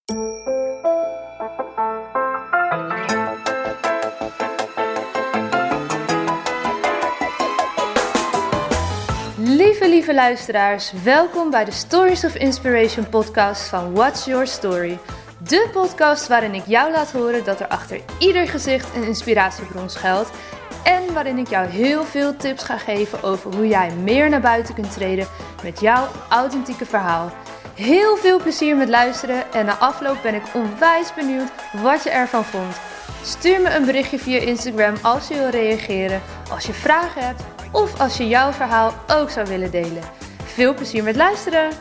Lieve luisteraars, welkom bij de Stories of Inspiration podcast van What's Your Story. De podcast waarin ik jou laat horen dat er achter ieder gezicht een inspiratiebron schuilt. En waarin ik jou heel veel tips ga geven over hoe jij meer naar buiten kunt treden met jouw authentieke verhaal. Heel veel plezier met luisteren en na afloop ben ik onwijs benieuwd wat je ervan vond. Stuur me een berichtje via Instagram als je wil reageren, als je vragen hebt of als je jouw verhaal ook zou willen delen. Veel plezier met luisteren!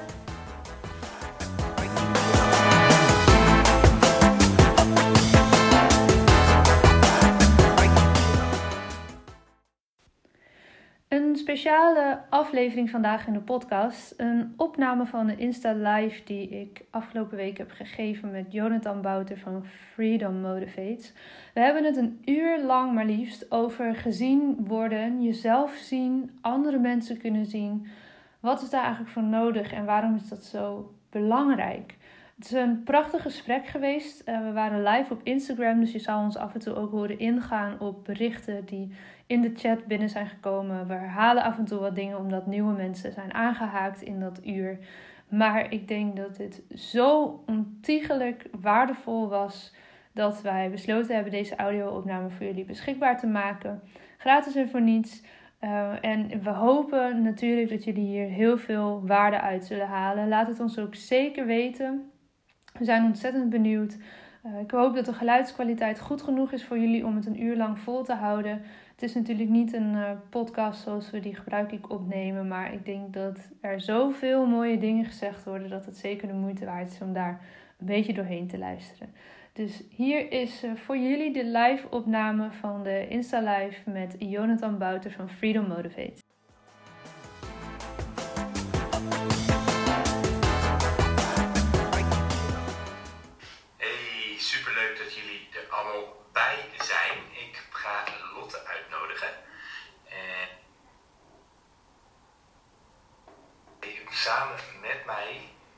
Een speciale aflevering vandaag in de podcast. Een opname van de Insta Live die ik afgelopen week heb gegeven met Jonathan Bouter van Freedom Motivates. We hebben het een uur lang maar liefst over gezien worden, jezelf zien, andere mensen kunnen zien. Wat is daar eigenlijk voor nodig en waarom is dat zo belangrijk? Het is een prachtig gesprek geweest. We waren live op Instagram, dus je zal ons af en toe ook horen ingaan op berichten die in de chat binnen zijn gekomen. We herhalen af en toe wat dingen omdat nieuwe mensen zijn aangehaakt in dat uur. Maar ik denk dat dit zo ontiegelijk waardevol was dat wij besloten hebben deze audio-opname voor jullie beschikbaar te maken. Gratis en voor niets. En we hopen natuurlijk dat jullie hier heel veel waarde uit zullen halen. Laat het ons ook zeker weten. We zijn ontzettend benieuwd. Ik hoop dat de geluidskwaliteit goed genoeg is voor jullie om het een uur lang vol te houden. Het is natuurlijk niet een podcast zoals we die gebruikelijk opnemen. Maar ik denk dat er zoveel mooie dingen gezegd worden dat het zeker de moeite waard is om daar een beetje doorheen te luisteren. Dus hier is voor jullie de live opname van de Insta Live met Jonathan Bouter van Freedom Motivates. Hey, superleuk dat jullie er allemaal bij zijn. Ik ga Lotte uitnodigen. Samen met mij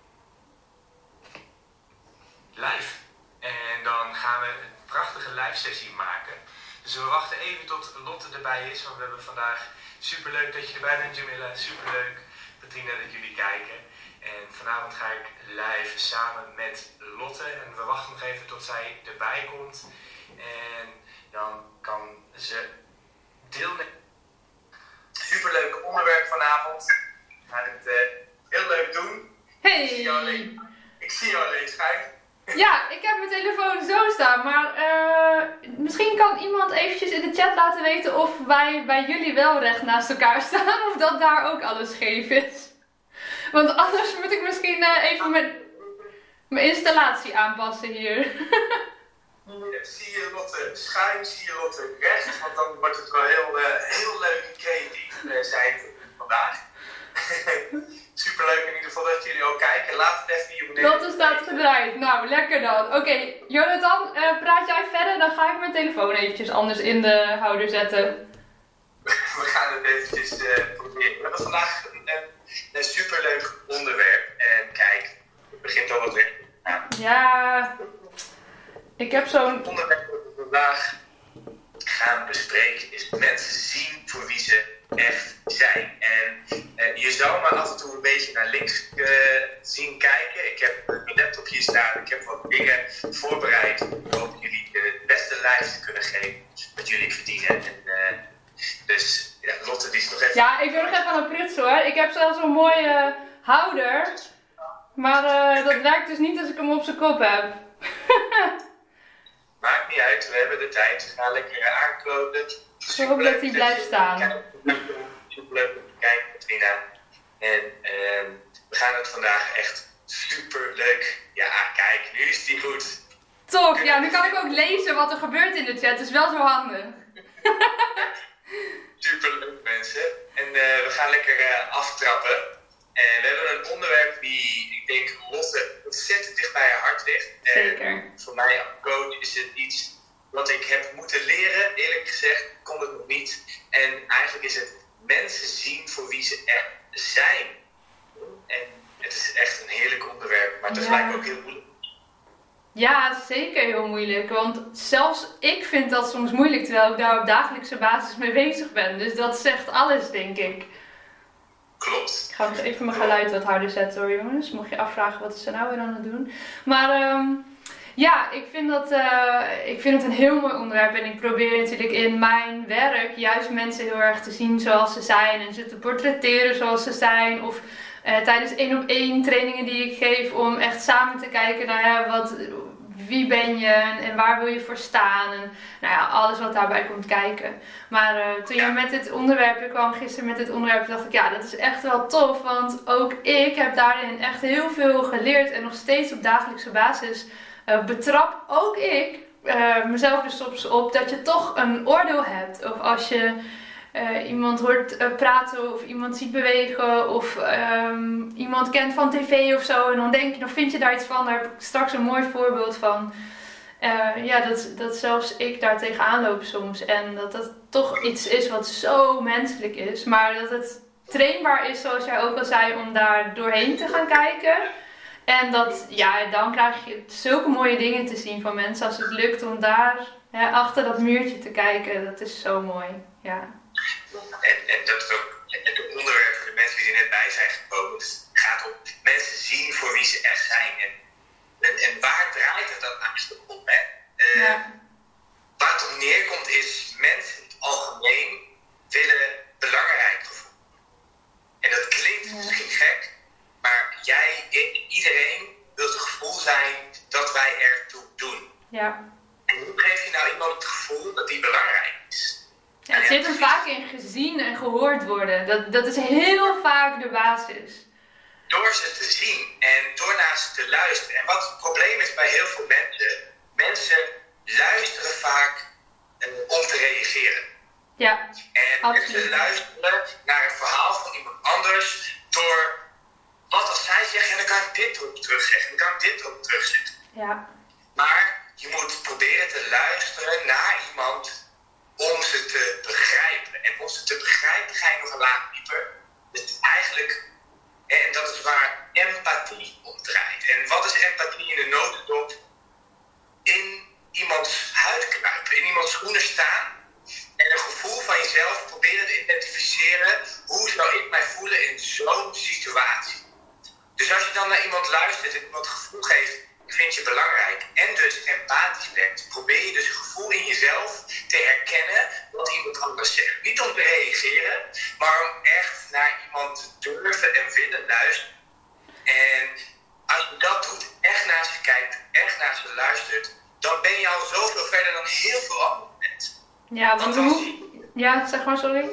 live. En dan gaan we een prachtige live sessie maken. Dus we wachten even tot Lotte erbij is. Want we hebben vandaag superleuk dat je erbij bent, Jamila. Superleuk, Patrina, dat jullie kijken. En vanavond ga ik live samen met Lotte. En we wachten nog even tot zij erbij komt. En dan kan ze deelnemen. Superleuk onderwerp vanavond. We gaan het heel leuk doen. Hey! Ik zie jou alleen schuiven. Ja, ik heb mijn telefoon zo staan, maar misschien kan iemand eventjes in de chat laten weten of wij bij jullie wel recht naast elkaar staan of dat daar ook alles scheef is. Want anders moet ik misschien even mijn installatie aanpassen hier. Zie je Lotte schuin, zie je Lotte recht, want dan wordt het wel heel leuk en creatief zijn vandaag. Superleuk in ieder geval dat jullie ook kijken. Laat het even hier beneden. Lotte staat gedraaid. Nou, lekker dan. Oké, Jonathan, praat jij verder? Dan ga ik mijn telefoon eventjes anders in de houder zetten. We gaan het eventjes proberen. We hebben vandaag een superleuk onderwerp. En kijk, het begint al wat weg. Ja, ik heb zo'n onderwerp dat we vandaag gaan bespreken is mensen zien voor wie ze echt zijn. En je zou maar af en toe een beetje naar links zien kijken. Ik heb mijn laptop hier staan. Ik heb wat dingen voorbereid om jullie de beste lijst te kunnen geven wat jullie verdienen. En, dus ja, Lotte die is nog even... Ja, ik wil nog even aan een prutsen hoor. Ik heb zelfs een mooie houder. Maar dat werkt dus niet als ik hem op zijn kop heb. Maakt niet uit, we hebben de tijd. We gaan lekker aankloten. Ik hoop dat hij blijft staan. Superleuk om te kijken, Katrina. En we gaan het vandaag echt superleuk. Ja, kijk, nu is die goed. Toch, ja, nu kan ik ook lezen wat er gebeurt in de chat. Het is wel zo handig. Superleuk mensen. En we gaan lekker aftrappen. En we hebben een onderwerp die, ik denk, Lotte ontzettend dicht bij haar hart ligt. Zeker. En voor mij als coach is het iets wat ik heb moeten leren. Eerlijk gezegd kon het nog niet. En eigenlijk is het mensen zien voor wie ze echt zijn. En het is echt een heerlijk onderwerp, maar tegelijk ook heel moeilijk. Ja, zeker heel moeilijk. Want zelfs ik vind dat soms moeilijk, terwijl ik daar op dagelijkse basis mee bezig ben. Dus dat zegt alles, denk ik. Klopt. Ik ga nog even mijn geluid wat harder zetten hoor, jongens. Mocht je afvragen wat ze nou weer aan het doen. Maar ja, ik vind het een heel mooi onderwerp. En ik probeer natuurlijk in mijn werk juist mensen heel erg te zien zoals ze zijn. En ze te portretteren zoals ze zijn. Of tijdens 1-op-1 trainingen die ik geef, om echt samen te kijken naar wie ben je en waar wil je voor staan. En nou ja, alles wat daarbij komt kijken. Maar toen je met dit onderwerp, ik kwam gisteren met dit onderwerp, dacht ik, ja, dat is echt wel tof. Want ook ik heb daarin echt heel veel geleerd. En nog steeds op dagelijkse basis betrap ook ik mezelf er soms op dat je toch een oordeel hebt. Of als je iemand hoort praten of iemand ziet bewegen of iemand kent van tv of zo, en dan vind je daar iets van. Daar heb ik straks een mooi voorbeeld van. Dat zelfs ik daar tegenaan loop soms. En dat dat toch iets is wat zo menselijk is. Maar dat het trainbaar is, zoals jij ook al zei, om daar doorheen te gaan kijken. En dan krijg je zulke mooie dingen te zien van mensen als het lukt om daar achter dat muurtje te kijken. Dat is zo mooi. Ja. En dat is ook het onderwerp voor de mensen die er net bij zijn gekomen. Dus het gaat om mensen zien voor wie ze echt zijn. En waar draait het dan eigenlijk om? Waar het op neerkomt is, mensen in het algemeen willen belangrijk gevoeld. En dat klinkt misschien gek, maar iedereen wil het gevoel zijn dat wij ertoe doen. Ja. En hoe geef je nou iemand het gevoel dat die belangrijk is? Ja, het zit hem vaak in gezien en gehoord worden. Dat is heel vaak de basis. Door ze te zien en door naar ze te luisteren. En wat het probleem is bij heel veel mensen, mensen luisteren vaak om te reageren. Ja, en absoluut. Ze luisteren naar een verhaal van iemand anders door wat als zij zeggen, en dan kan ik dit erop terugzeggen, dan kan ik dit erop terugzetten. Ja. Maar je moet proberen te luisteren naar iemand om ze te begrijpen. En om ze te begrijpen ga je nog een laag dieper. Dus eigenlijk, en dat is waar empathie om draait. En wat is empathie in de notendop? In iemands huid kruipen, in iemands schoenen staan. En een gevoel van jezelf proberen te identificeren. Hoe zou ik mij voelen in zo'n situatie? Dus als je dan naar iemand luistert en iemand het gevoel geeft, ik vind je belangrijk, en dus empathisch bent, probeer je dus een gevoel in jezelf te herkennen wat iemand anders zegt. Niet om te reageren, maar om echt naar iemand te durven en willen luisteren. En als je dat doet, echt naar ze kijkt, echt naar ze luistert, dan ben je al zoveel verder dan heel veel andere mensen. Ja, want ja, zeg maar, sorry.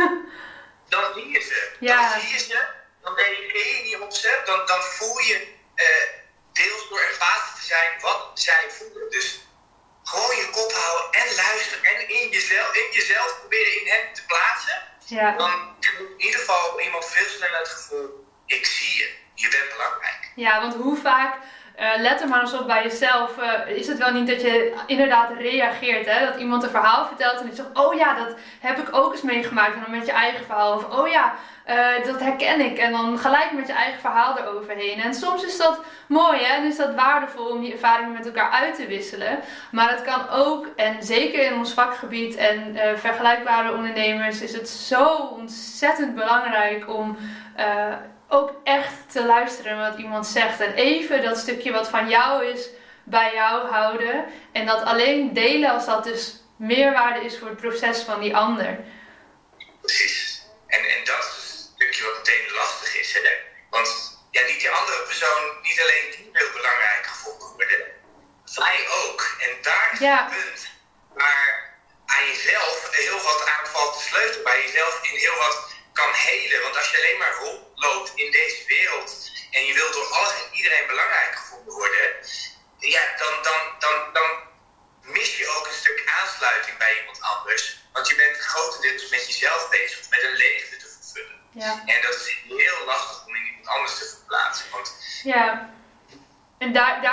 Dan zie je ze. Ja. Dan zie je ze, dan reageer je niet op ze, dan voel je deels door empathisch te zijn wat zij voelen. Dus gewoon je kop houden en luisteren en in jezelf proberen in hen te plaatsen. Ja. Dan krijg je in ieder geval iemand veel sneller het gevoel, ik zie je bent belangrijk. Ja, want hoe vaak, let er maar eens op bij jezelf, is het wel niet dat je inderdaad reageert, hè? Dat iemand een verhaal vertelt en je zegt, oh ja, dat heb ik ook eens meegemaakt. En dan met je eigen verhaal, of oh ja, dat herken ik. En dan gelijk met je eigen verhaal eroverheen. En soms is dat mooi, hè? En is dat waardevol om die ervaringen met elkaar uit te wisselen. Maar het kan ook, en zeker in ons vakgebied en vergelijkbare ondernemers, is het zo ontzettend belangrijk om ook echt te luisteren wat iemand zegt. En even dat stukje wat van jou is, bij jou houden. En dat alleen delen als dat dus meerwaarde is voor het proces van die ander. Precies. En dat is een stukje wat meteen lastig is. Hè? Want ja, die andere persoon, niet alleen die wil belangrijk gevonden worden, wij ook. En daar is het punt waar aan jezelf heel wat aan valt te sleutelen. Waar je jezelf in heel wat kan helen. Want als je alleen maar rondloopt in deze wereld en je wilt door alles en iedereen belangrijk gevonden worden, ja, dan mis je ook een stuk aansluiting bij iemand anders. Want je bent grotendeels met jezelf bezig, met een leegte te vervullen. Ja. En dat is heel lastig om in iemand anders te verplaatsen. Want ja. En daar kom je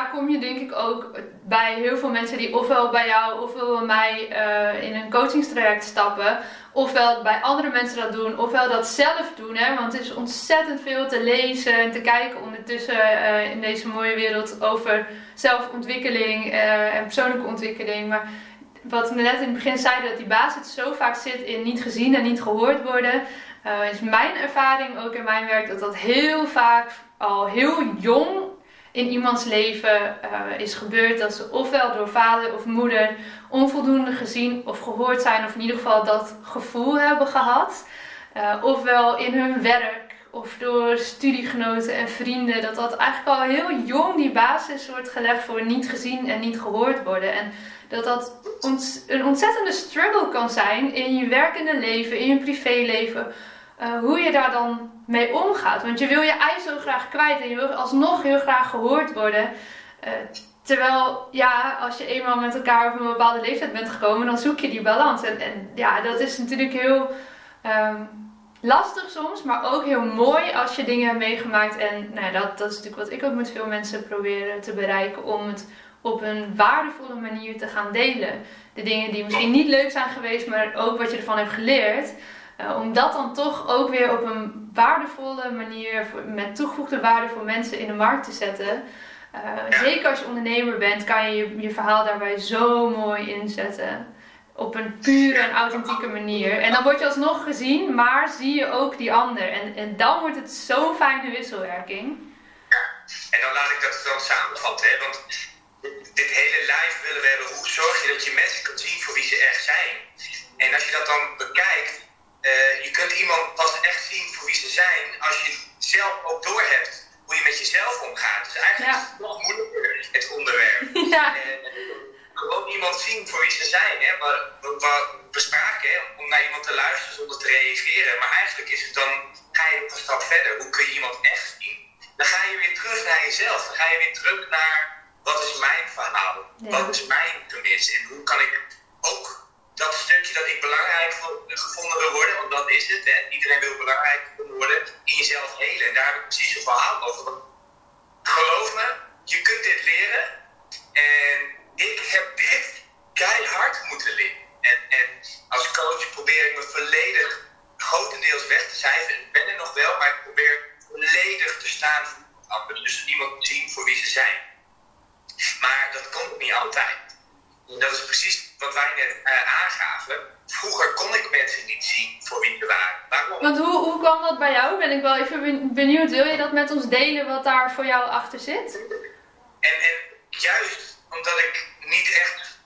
denk ik ook bij heel veel mensen die ofwel bij jou ofwel bij mij in een coachingstraject stappen, ofwel bij andere mensen dat doen, ofwel dat zelf doen. Hè? Want het is ontzettend veel te lezen en te kijken ondertussen in deze mooie wereld over zelfontwikkeling en persoonlijke ontwikkeling. Maar wat we net in het begin zeiden, dat die basis zo vaak zit in niet gezien en niet gehoord worden, is mijn ervaring ook in mijn werk dat dat heel vaak al heel jong in iemands leven is gebeurd. Dat ze ofwel door vader of moeder onvoldoende gezien of gehoord zijn, of in ieder geval dat gevoel hebben gehad. Ofwel in hun werk of door studiegenoten en vrienden. Dat eigenlijk al heel jong die basis wordt gelegd voor niet gezien en niet gehoord worden. En dat een ontzettende struggle kan zijn in je werkende leven, in je privéleven. Hoe je daar dan mee omgaat. Want je wil je ei zo graag kwijt en je wil alsnog heel graag gehoord worden. Terwijl, ja, als je eenmaal met elkaar op een bepaalde leeftijd bent gekomen, dan zoek je die balans. En ja, dat is natuurlijk heel lastig soms, maar ook heel mooi als je dingen hebt meegemaakt. En nou, dat is natuurlijk wat ik ook met veel mensen probeer te bereiken, om het op een waardevolle manier te gaan delen. De dingen die misschien niet leuk zijn geweest, maar ook wat je ervan hebt geleerd. Om dat dan toch ook weer op een waardevolle manier, met toegevoegde waarde voor mensen in de markt te zetten. Zeker als je ondernemer bent, kan je je verhaal daarbij zo mooi inzetten. Op een pure en authentieke manier. En dan word je alsnog gezien, maar zie je ook die ander. En dan wordt het zo'n fijne wisselwerking. Ja, en dan laat ik dat wel samenvatten. Hè? Want dit hele live willen we hebben. Hoe zorg je dat je mensen kunt zien voor wie ze echt zijn? En als je dat dan bekijkt, je kunt iemand pas echt zien voor wie ze zijn als je zelf ook doorhebt hoe je met jezelf omgaat. Dus eigenlijk is het nog moeilijker, het onderwerp. Ja. Gewoon iemand zien voor wie ze zijn. Hè? We bespraken om naar iemand te luisteren zonder te reageren. Maar eigenlijk is het dan, ga je een stap verder. Hoe kun je iemand echt zien? Dan ga je weer terug naar jezelf. Dan ga je weer terug naar, wat is mijn verhaal? Ja. Wat is mijn gemis? En hoe kan ik ook dat stukje dat ik belangrijk gevonden wil worden, want dat is het, hè? Iedereen wil belangrijk gevonden worden, in jezelf helen. En daar heb ik precies een verhaal over. Want geloof me, je kunt dit leren. En ik heb dit keihard moeten leren. En als coach probeer ik me volledig, grotendeels weg te cijferen. Ik ben er nog wel, maar ik probeer volledig te staan voor anderen. Dus iemand te zien voor wie ze zijn. Maar dat komt niet altijd. En dat is precies wat wij net aangaven. Vroeger kon ik mensen niet zien voor wie ze waren. Waarom? Want hoe kwam dat bij jou? Ben ik wel even benieuwd. Wil je dat met ons delen wat daar voor jou achter zit? En juist omdat ik niet echt...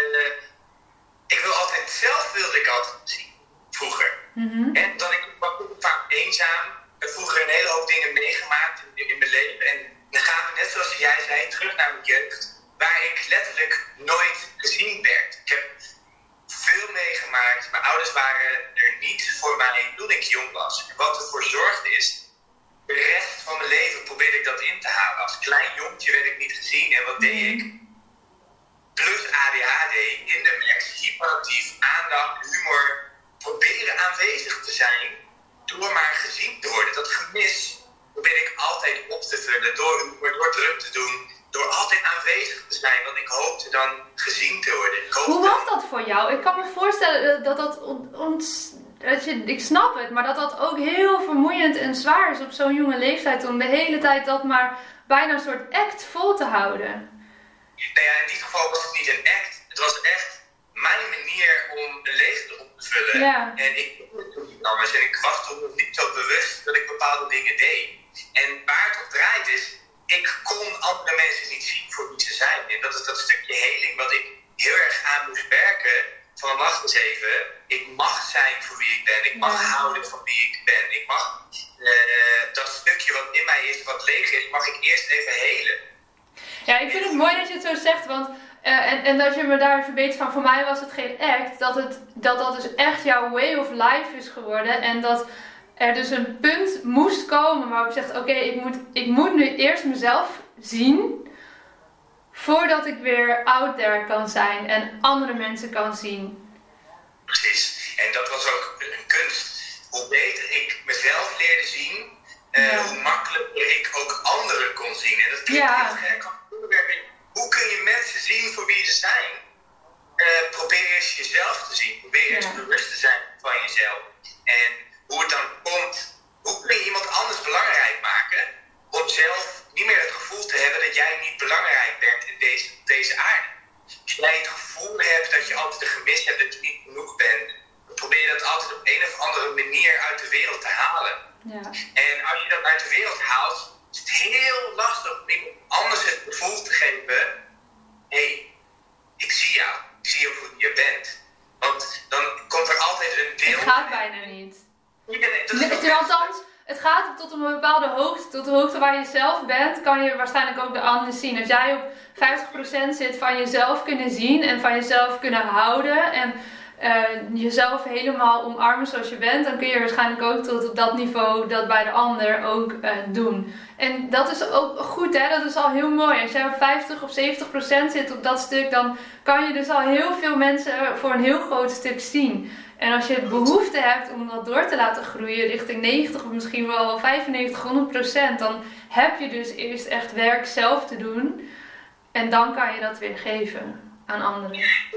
ik wil altijd... Zelf wilde ik altijd zien. Vroeger. Mm-hmm. En dat ik was vaak eenzaam. Ik heb vroeger een hele hoop dingen meegemaakt in mijn leven. En dan gaan we net zoals jij zei terug naar mijn jeugd. Waar ik letterlijk nooit gezien werd. Ik heb veel meegemaakt. Mijn ouders waren er niet voor mij toen ik jong was. En wat ervoor zorgde is, de rest van mijn leven probeerde ik dat in te halen. Als klein jongetje werd ik niet gezien. En wat deed ik? Plus ADHD, in de max, hyperactief, aandacht, humor. Proberen aanwezig te zijn door maar gezien te worden. Dat gemis probeer ik altijd op te vullen door druk te doen. Door altijd aanwezig te zijn, want ik hoopte dan gezien te worden. Hoe was dat voor jou? Ik kan me voorstellen ik snap het, maar dat ook heel vermoeiend en zwaar is op zo'n jonge leeftijd om de hele tijd dat maar bijna een soort act vol te houden. Nou ja, in dit geval was het niet een act. Het was echt mijn manier om een leegte op te vullen. Ja. En ik kon het toen niet anders. En ik was toen nog niet zo bewust dat ik bepaalde dingen deed. En waar het op draait is, ik kon andere mensen niet zien voor wie ze zijn. En dat is dat stukje heling wat ik heel erg aan moest werken. Van wacht eens even, ik mag zijn voor wie ik ben. Ik mag houden van wie ik ben. Ik mag dat stukje wat in mij is, wat leeg is, mag ik eerst even helen. Ja, ik vind het mooi dat je het zo zegt, want en dat je me daar verbetert van, voor mij was het geen act, dat dus echt jouw way of life is geworden en dat er dus een punt moest komen waarop je zegt, oké, ik moet nu eerst mezelf zien voordat ik weer out there kan zijn en andere mensen kan zien. Precies, en dat was ook een kunst. Hoe beter ik mezelf leerde zien, hoe makkelijker ik ook anderen kon zien. En dat klinkt heel gek. Hoe hoe kun je mensen zien voor wie ze zijn? Probeer eens jezelf te zien. Probeer eens bewust te zijn van jezelf. En hoe het dan komt, hoe kun je iemand anders belangrijk maken om zelf niet meer het gevoel te hebben dat jij niet belangrijk bent in deze aarde. Als jij het gevoel hebt dat je altijd een gemis hebt, dat je niet genoeg bent, dan probeer je dat altijd op een of andere manier uit de wereld te halen. Ja. En als je dat uit de wereld haalt, is het heel lastig om iemand anders het gevoel te geven: hé, ik zie jou. Ik zie hoe je bent. Want dan komt er altijd een deel... Het gaat bijna niet. Althans, het gaat tot een bepaalde hoogte. Tot de hoogte waar je zelf bent, kan je waarschijnlijk ook de ander zien. Als jij op 50% zit van jezelf kunnen zien en van jezelf kunnen houden en jezelf helemaal omarmen zoals je bent, dan kun je waarschijnlijk ook tot op dat niveau dat bij de ander ook doen. En dat is ook goed, hè? Dat is al heel mooi. Als jij op 50 of 70% zit op dat stuk, dan kan je dus al heel veel mensen voor een heel groot stuk zien. En als je behoefte hebt om dat door te laten groeien richting 90 of misschien wel 95, 100%, dan heb je dus eerst echt werk zelf te doen. En dan kan je dat weer geven aan anderen.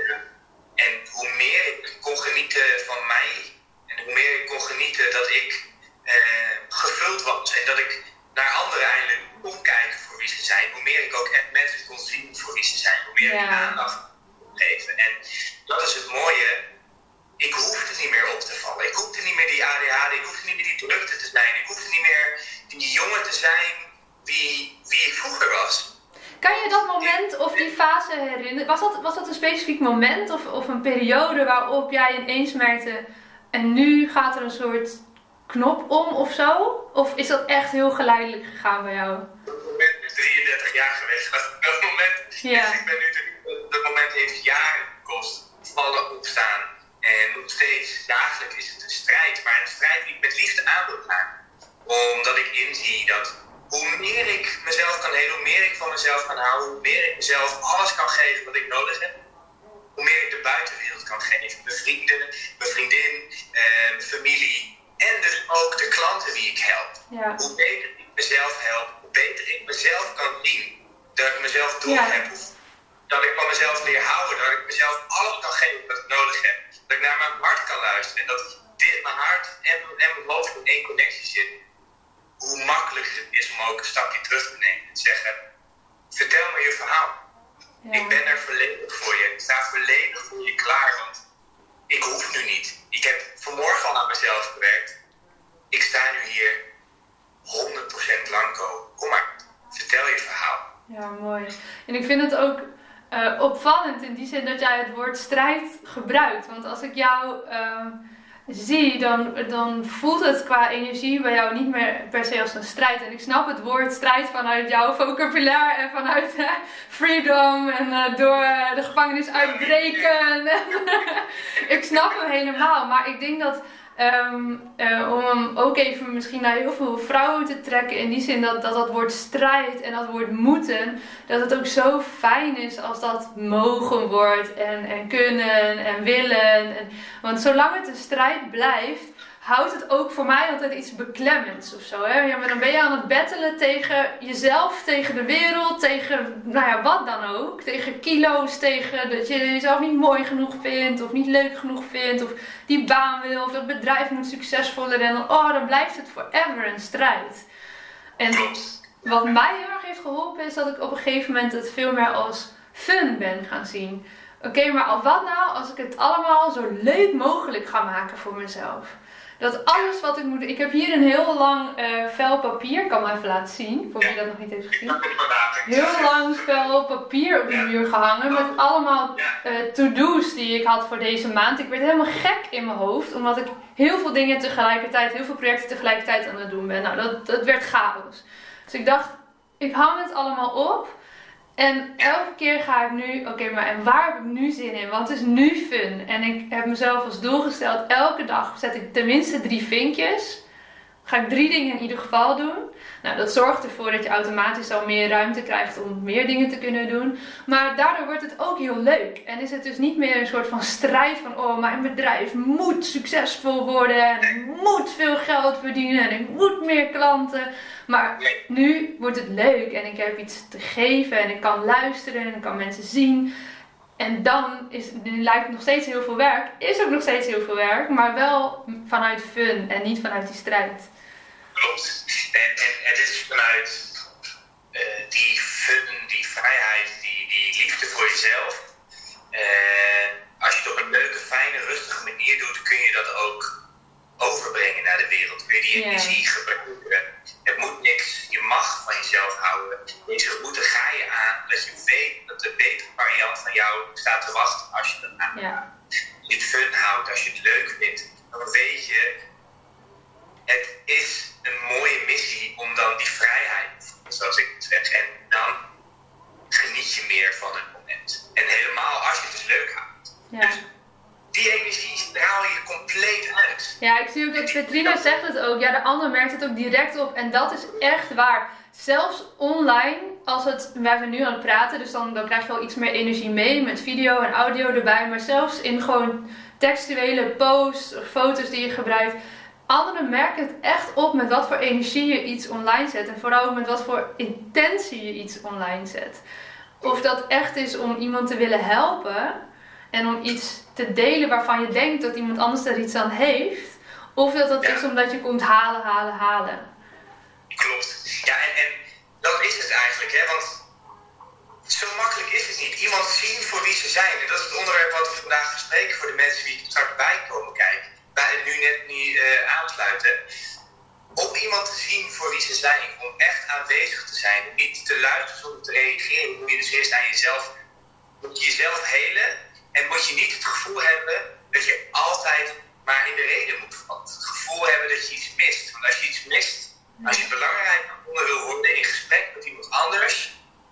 En hoe meer ik kon genieten van mij en hoe meer ik kon genieten dat ik gevuld was en dat ik naar anderen eindelijk kon kijken voor wie ze zijn, hoe meer ik ook echt mensen kon zien voor wie ze zijn, hoe meer ik aandacht kon geven. En dat is het mooie. Ik hoefde niet meer op te vallen. Ik hoefde niet meer die ADHD, ik hoefde niet meer die drukte te zijn, ik hoefde niet meer die jongen te zijn wie ik vroeger was. Kan je dat moment of die fase herinneren? Was dat een specifiek moment of een periode waarop jij ineens merkte en nu gaat er een soort knop om of zo? Of is dat echt heel geleidelijk gegaan bij jou? Dat moment is 33 jaar geweest. Dat moment, dus ik ben nu dat moment heeft jaren gekost. Vallen, opstaan. En nog steeds dagelijks is het een strijd. Maar een strijd die ik met liefde aan wil gaan. Omdat ik inzie dat hoe meer ik mezelf kan helen, hoe meer ik van mezelf kan houden, hoe meer ik mezelf alles kan geven wat ik nodig heb, hoe meer ik de buitenwereld kan geven. Mijn vrienden, mijn vriendin, mijn familie en dus ook de klanten die ik help. Ja. Hoe beter ik mezelf help, hoe beter ik mezelf kan zien. Dat ik mezelf doorheb. Dat ik van mezelf leer houden. Dat ik mezelf alles kan geven wat ik nodig heb. Dat ik naar mijn hart kan luisteren. En dat mijn hart en mijn hoofd in één connectie zitten. Hoe makkelijk het is om ook een stapje terug te nemen en te zeggen: vertel me je verhaal. Ja. Ik ben er volledig voor je. Ik sta volledig voor je klaar, want ik hoef nu niet. Ik heb vanmorgen al aan mezelf gewerkt. Ik sta nu hier 100% blanco. Kom maar, vertel je verhaal. Ja, mooi. En ik vind het ook opvallend in die zin dat jij het woord strijd gebruikt. Want als ik jou zie, dan voelt het qua energie bij jou niet meer per se als een strijd. En ik snap het woord strijd vanuit jouw vocabulaire en vanuit freedom en door de gevangenis uitbreken. Ik snap hem helemaal, maar ik denk dat om hem ook even misschien naar heel veel vrouwen te trekken, in die zin dat woord strijd en dat woord moeten, dat het ook zo fijn is als dat mogen wordt en kunnen en willen. Want zolang het een strijd blijft, houdt het ook voor mij altijd iets beklemmends of zo. Hè? Ja, maar dan ben je aan het battelen tegen jezelf, tegen de wereld, tegen wat dan ook. Tegen kilo's, tegen dat je jezelf niet mooi genoeg vindt of niet leuk genoeg vindt of die baan wil of dat bedrijf moet succesvoller en dan blijft het forever een strijd. En wat mij heel erg heeft geholpen is dat ik op een gegeven moment het veel meer als fun ben gaan zien. Oké, maar wat nou als ik het allemaal zo leuk mogelijk ga maken voor mezelf? Dat alles wat ik moet... Ik heb hier een heel lang vel papier. Ik kan me even laten zien. Voor wie dat nog niet heeft gezien. Heel lang vel papier op de muur gehangen. Met allemaal to-do's die ik had voor deze maand. Ik werd helemaal gek in mijn hoofd. Omdat ik heel veel dingen tegelijkertijd, heel veel projecten tegelijkertijd aan het doen ben. Nou, dat werd chaos. Dus ik dacht, ik hang het allemaal op. En elke keer ga ik nu, oké, maar en waar heb ik nu zin in? Want het is nu fun. En ik heb mezelf als doel gesteld, elke dag zet ik tenminste 3 vinkjes. Ga ik 3 dingen in ieder geval doen. Nou, dat zorgt ervoor dat je automatisch al meer ruimte krijgt om meer dingen te kunnen doen. Maar daardoor wordt het ook heel leuk. En is het dus niet meer een soort van strijd van, oh, mijn bedrijf moet succesvol worden en ik moet veel geld verdienen en ik moet meer klanten. Maar nu wordt het leuk en ik heb iets te geven en ik kan luisteren en ik kan mensen zien. En dan lijkt het nog steeds heel veel werk. Is ook nog steeds heel veel werk, maar wel vanuit fun en niet vanuit die strijd. Klopt. En het is vanuit die fun, die vrijheid, die liefde voor jezelf. Als je het op een leuke, fijne, rustige manier doet, kun je dat ook overbrengen naar de wereld. Kun je die energie gebruiken. Het moet niks. Je mag van jezelf houden. Deze route ga je aan dat je weet dat de betere variant van jou staat te wachten als je dat aangaat. Ja. Als je het fun houdt, als je het leuk vindt, dan weet je, het is een mooie missie om dan die vrijheid, zoals ik het zeg, en dan geniet je meer van het moment. En helemaal als je het dus leuk houdt. Ja. Dus die energie straal je compleet uit. Ja, ik zie ook dat Petrina zegt het ook. Ja, de ander merkt het ook direct op. En dat is echt waar. Zelfs online, wij zijn nu aan het praten, dus dan krijg je al iets meer energie mee met video en audio erbij. Maar zelfs in gewoon textuele posts of foto's die je gebruikt. Anderen merken het echt op met wat voor energie je iets online zet. En vooral ook met wat voor intentie je iets online zet. Of dat echt is om iemand te willen helpen. En om iets te delen waarvan je denkt dat iemand anders er iets aan heeft. Of dat is omdat je komt halen. Klopt. Ja, en dat is het eigenlijk, hè. Want zo makkelijk is het niet. Iemand zien voor wie ze zijn. En dat is het onderwerp wat we vandaag bespreken voor de mensen die er straks bij komen kijken. Bij het nu net niet aansluiten. Om iemand te zien voor wie ze zijn. Om echt aanwezig te zijn. Niet te luisteren zonder te reageren. Moet je dus eerst aan jezelf. Moet je jezelf helen. En moet je niet het gevoel hebben dat je altijd maar in de reden moet vallen. Het gevoel hebben dat je iets mist. Want als je iets mist, als je belangrijk wil worden in gesprek met iemand anders,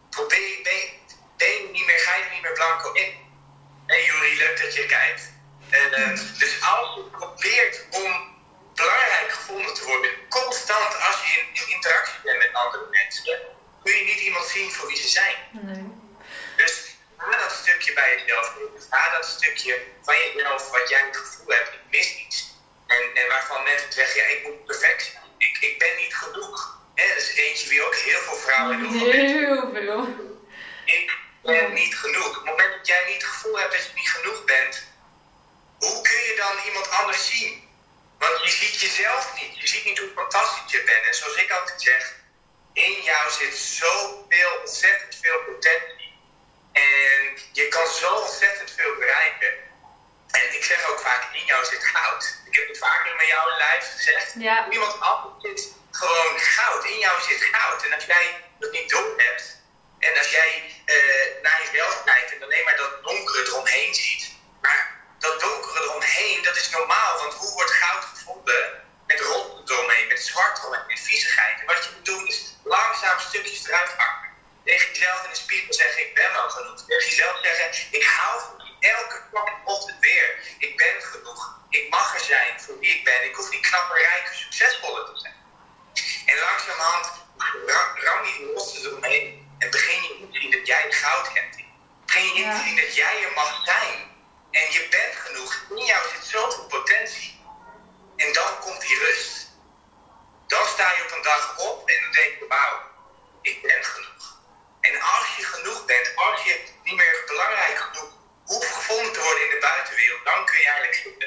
ga je er niet meer blanco in. Hey Juri, leuk dat je kijkt. Dus als je probeert om belangrijk gevonden te worden, constant als je in interactie bent met andere mensen, kun je niet iemand zien voor wie ze zijn. Nee. Dus ga dat stukje bij jezelf in. Ga dat stukje van jezelf wat jij het gevoel hebt, ik mis iets. En waarvan mensen zeggen, ja, ik moet perfect zijn. Ik ben niet genoeg. Dat is eentje wie ook heel veel vrouwen doen. Heel veel. Ik ben niet genoeg. Op het moment dat jij niet het gevoel hebt dat je niet genoeg bent, hoe kun je dan iemand anders zien? Want je ziet jezelf niet. Je ziet niet hoe fantastisch je bent. En zoals ik altijd zeg, in jou zit zoveel, ontzettend veel potentie. En je kan zo ontzettend veel bereiken. En ik zeg ook vaak, in jou zit goud. Ik heb het vaker met jou in live gezegd. Ja. Iemand anders zit gewoon goud. In jou zit goud. En als jij dat niet door hebt, en als jij naar jezelf kijkt en alleen maar dat donkere eromheen ziet. Maar dat donkere eromheen, dat is normaal. Want hoe wordt goud gevonden? Met rotte eromheen, met zwart eromheen, met viezigheid. En wat je moet doen is langzaam stukjes eruit hakken. Tegen jezelf in de spiegel zeggen, ik ben wel genoeg. Tegen jezelf zeggen, ik hou van je elke ochtend weer. Ik ben genoeg. Ik mag er zijn voor wie ik ben. Ik hoef niet knapper, rijker, succesvoller te zijn. En langzamerhand ram je de losse eromheen. En begin je in te zien dat jij het goud hebt. Begin je in te zien dat jij er mag zijn. En je bent genoeg. In jou zit zoveel potentie. En dan komt die rust. Dan sta je op een dag op en dan denk je, wauw, ik ben genoeg. En als je genoeg bent, als je niet meer belangrijk genoeg hoeft gevonden te worden in de buitenwereld, dan kun je eigenlijk zitten.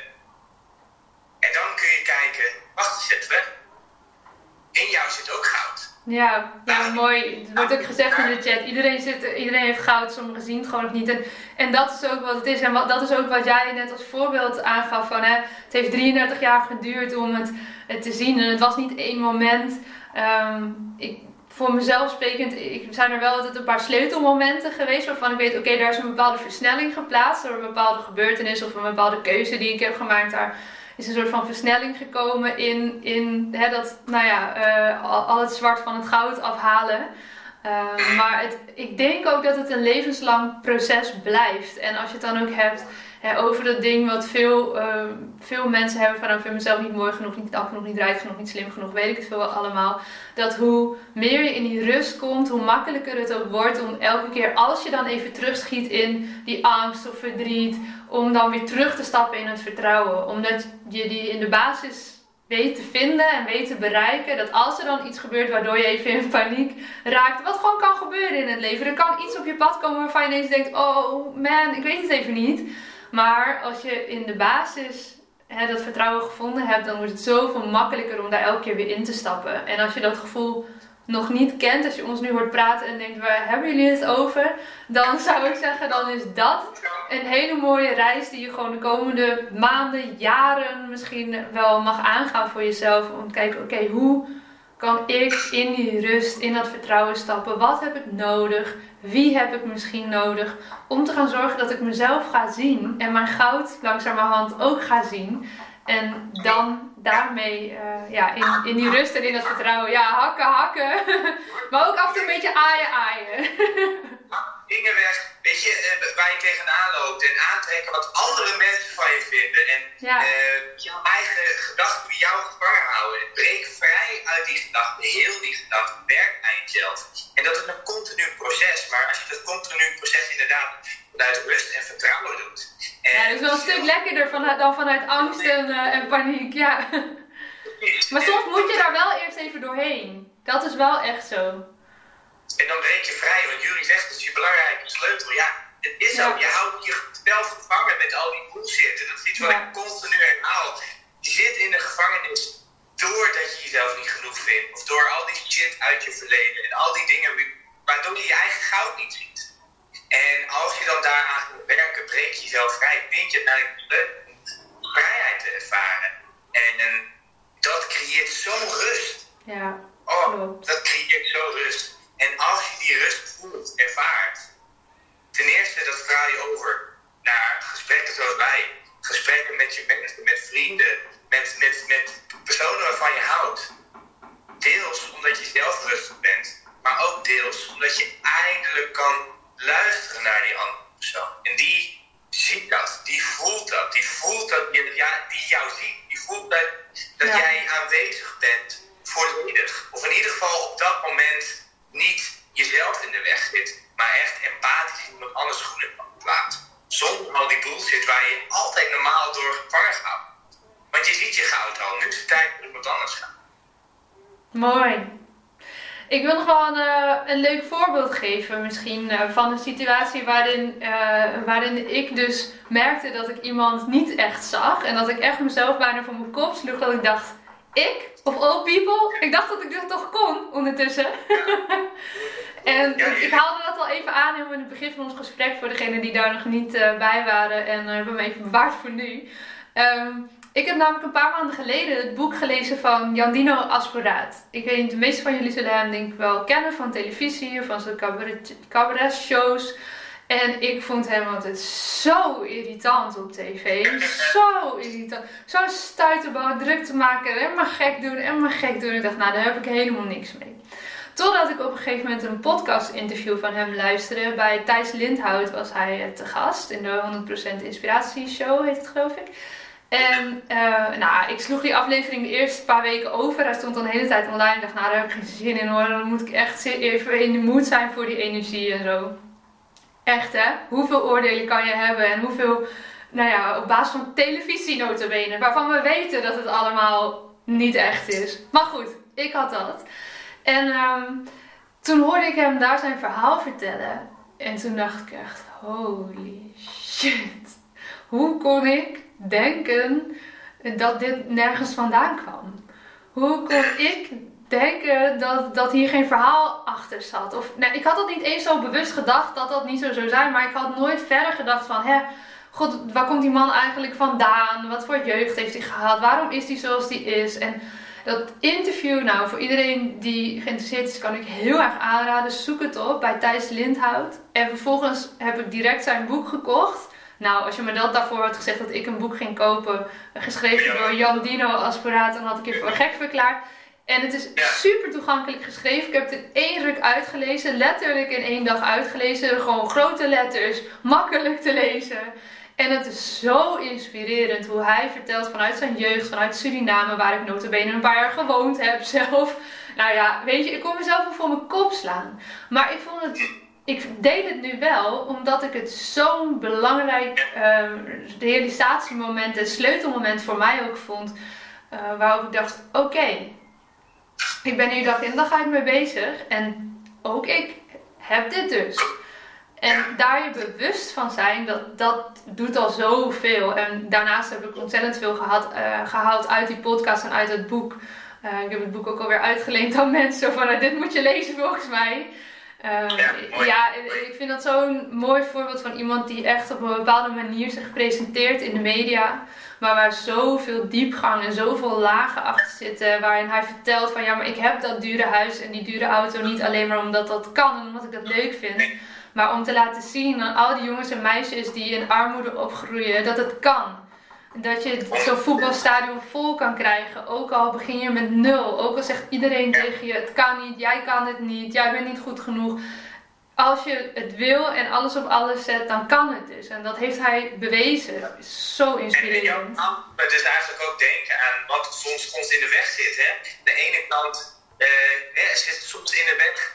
En dan kun je kijken, wacht eens even, in jou zit ook goud. Ja, mooi. Het wordt ook gezegd in de chat. Iedereen heeft goud, sommigen zien het gewoon nog niet. En dat is ook wat het is. En dat is ook wat jij net als voorbeeld aangaf. Van, het heeft 33 jaar geduurd om het te zien. En het was niet één moment. Voor mezelf sprekend, zijn er wel altijd een paar sleutelmomenten geweest waarvan ik weet, oké, daar is een bepaalde versnelling geplaatst door een bepaalde gebeurtenis of een bepaalde keuze die ik heb gemaakt. Daar is een soort van versnelling gekomen in dat, al het zwart van het goud afhalen. Maar ik denk ook dat het een levenslang proces blijft. En als je het dan ook hebt over dat ding wat veel mensen hebben van, ik vind mezelf niet mooi genoeg, niet knap genoeg, niet rijk genoeg, niet slim genoeg, weet ik het veel wel allemaal. Dat hoe meer je in die rust komt, hoe makkelijker het ook wordt om elke keer, als je dan even terugschiet in die angst of verdriet, om dan weer terug te stappen in het vertrouwen. Omdat je die in de basis weet te vinden en weet te bereiken, dat als er dan iets gebeurt waardoor je even in paniek raakt, wat gewoon kan gebeuren in het leven. Er kan iets op je pad komen waarvan je ineens denkt, oh man, ik weet het even niet. Maar als je in de basis dat vertrouwen gevonden hebt, dan wordt het zoveel makkelijker om daar elke keer weer in te stappen. En als je dat gevoel nog niet kent, als je ons nu hoort praten en denkt, waar hebben jullie het over? Dan zou ik zeggen, dan is dat een hele mooie reis die je gewoon de komende maanden, jaren misschien wel mag aangaan voor jezelf. Om te kijken, oké, hoe kan ik in die rust, in dat vertrouwen stappen? Wat heb ik nodig? Wie heb ik misschien nodig? Om te gaan zorgen dat ik mezelf ga zien en mijn goud langzamerhand ook ga zien. En dan daarmee in die rust en in dat vertrouwen, hakken. Maar ook af en toe een beetje aaien. Dingen weg, weet je, waar je tegenaan loopt en aantrekken wat andere mensen van je vinden. En jouw eigen gedachten die jou gevangen houden. Breek vrij uit die gedachten, heel die gedachten, werk aan jezelf. En dat is een continu proces, maar als je dat continu proces inderdaad vanuit rust en vertrouwen doet. En dat is wel een stuk lekkerder dan vanuit angst en paniek, ja. Maar soms moet je daar wel eerst even doorheen. Dat is wel echt zo. En dan breek je vrij, want jullie zegt dat is je belangrijke sleutel. Ja, het is zo. Je houdt jezelf gevangen met al die bullshit. En dat is iets wat ik continu herhaal. Je zit in een gevangenis doordat je jezelf niet genoeg vindt. Of door al die shit uit je verleden. En al die dingen waardoor je je eigen goud niet ziet. En als je dan daaraan gaat werken, breek je jezelf vrij. Vind je het eigenlijk leuk om vrijheid te ervaren. En dat creëert zo'n rust. Ja, klopt. Dat creëert zo'n rust. En als je die rust voelt, ervaart, ten eerste dat straal je over naar gesprekken zoals wij. Gesprekken met je mensen, met vrienden, met personen waarvan je houdt. Deels omdat je zelf rustig bent, maar ook deels omdat je eindelijk kan luisteren naar die andere persoon. En die ziet dat, die voelt dat die jou ziet. Die voelt dat jij aanwezig bent volledig. Of in ieder geval op dat moment niet jezelf in de weg zit, maar echt empathisch iemand anders goed in plaats. Zonder al die bullshit waar je altijd normaal door gevangen gaat. Want je ziet je goud al, nu is het tijd voor iemand anders gaan. Mooi. Ik wil nog wel een leuk voorbeeld geven misschien van een situatie waarin ik dus merkte dat ik iemand niet echt zag. En dat ik echt mezelf bijna voor mijn kop sloeg. Dat ik dacht, ik? Of all people? Ik dacht dat ik dit toch kon ondertussen. En ik haalde dat al even aan helemaal in het begin van ons gesprek. Voor degenen die daar nog niet bij waren. En hebben me even bewaard voor nu. Ik heb namelijk een paar maanden geleden het boek gelezen van Yandino Asporaat. Ik weet niet, de meeste van jullie zullen hem denk ik wel kennen van televisie of van zijn cabaret shows. En ik vond hem altijd zo irritant op tv. Zo irritant. Zo'n stuiterbal, druk te maken en maar gek doen. Ik dacht, nou daar heb ik helemaal niks mee. Totdat ik op een gegeven moment een podcast interview van hem luisterde. Bij Thijs Lindhout was hij te gast in de 100% Inspiratieshow heet het geloof ik. En ik sloeg die aflevering de eerste paar weken over. Hij stond dan de hele tijd online. Ik dacht, nou daar heb ik geen zin in hoor. Dan moet ik echt even in de mood zijn voor die energie en zo. Echt hè, hoeveel oordelen kan je hebben en hoeveel, op basis van televisie nota bene, waarvan we weten dat het allemaal niet echt is. Maar goed, ik had dat. En toen hoorde ik hem daar zijn verhaal vertellen. En toen dacht ik echt, holy shit. Hoe kon ik denken dat dit nergens vandaan kwam? Hoe kon ik denken dat hier geen verhaal achter zat? Of, ik had dat niet eens zo bewust gedacht dat dat niet zo zou zijn. Maar ik had nooit verder gedacht van, god, waar komt die man eigenlijk vandaan? Wat voor jeugd heeft hij gehad? Waarom is hij zoals hij is? En dat interview, voor iedereen die geïnteresseerd is, kan ik heel erg aanraden. Zoek het op bij Thijs Lindhout. En vervolgens heb ik direct zijn boek gekocht. Nou, als je me dat daarvoor had gezegd dat ik een boek ging kopen, geschreven door Yandino Asporaat, dan had ik je voor gek verklaard. En het is super toegankelijk geschreven. Ik heb het in 1 ruk uitgelezen, letterlijk in 1 dag uitgelezen. Gewoon grote letters, makkelijk te lezen. En het is zo inspirerend hoe hij vertelt vanuit zijn jeugd, vanuit Suriname, waar ik nota bene een paar jaar gewoond heb zelf. Nou ja, weet je, ik kon mezelf wel voor mijn kop slaan. Maar ik deel het nu wel, omdat ik het zo'n belangrijk realisatiemoment en sleutelmoment voor mij ook vond. Waarop ik dacht, oké, ik ben hier dag in dag uit mee bezig. En ook ik heb dit dus. En daar je bewust van zijn, dat doet al zoveel. En daarnaast heb ik ontzettend veel gehaald uit die podcast en uit het boek. Ik heb het boek ook alweer uitgeleend aan mensen. Van, dit moet je lezen volgens mij. Ik vind dat zo'n mooi voorbeeld van iemand die echt op een bepaalde manier zich presenteert in de media. Maar waar zoveel diepgang en zoveel lagen achter zitten. Waarin hij vertelt van, ja, maar ik heb dat dure huis en die dure auto niet alleen maar omdat dat kan en omdat ik dat leuk vind. Maar om te laten zien aan al die jongens en meisjes die in armoede opgroeien, dat het kan. Dat je zo'n voetbalstadion vol kan krijgen, ook al begin je met 0. Ook al zegt iedereen tegen je, het kan niet, jij kan het niet, jij bent niet goed genoeg. Als je het wil en alles op alles zet, dan kan het dus. En dat heeft hij bewezen. Dat is zo inspirerend. Maar dus eigenlijk ook denken aan wat soms ons in de weg zit. Hè? De ene kant zit soms in de weg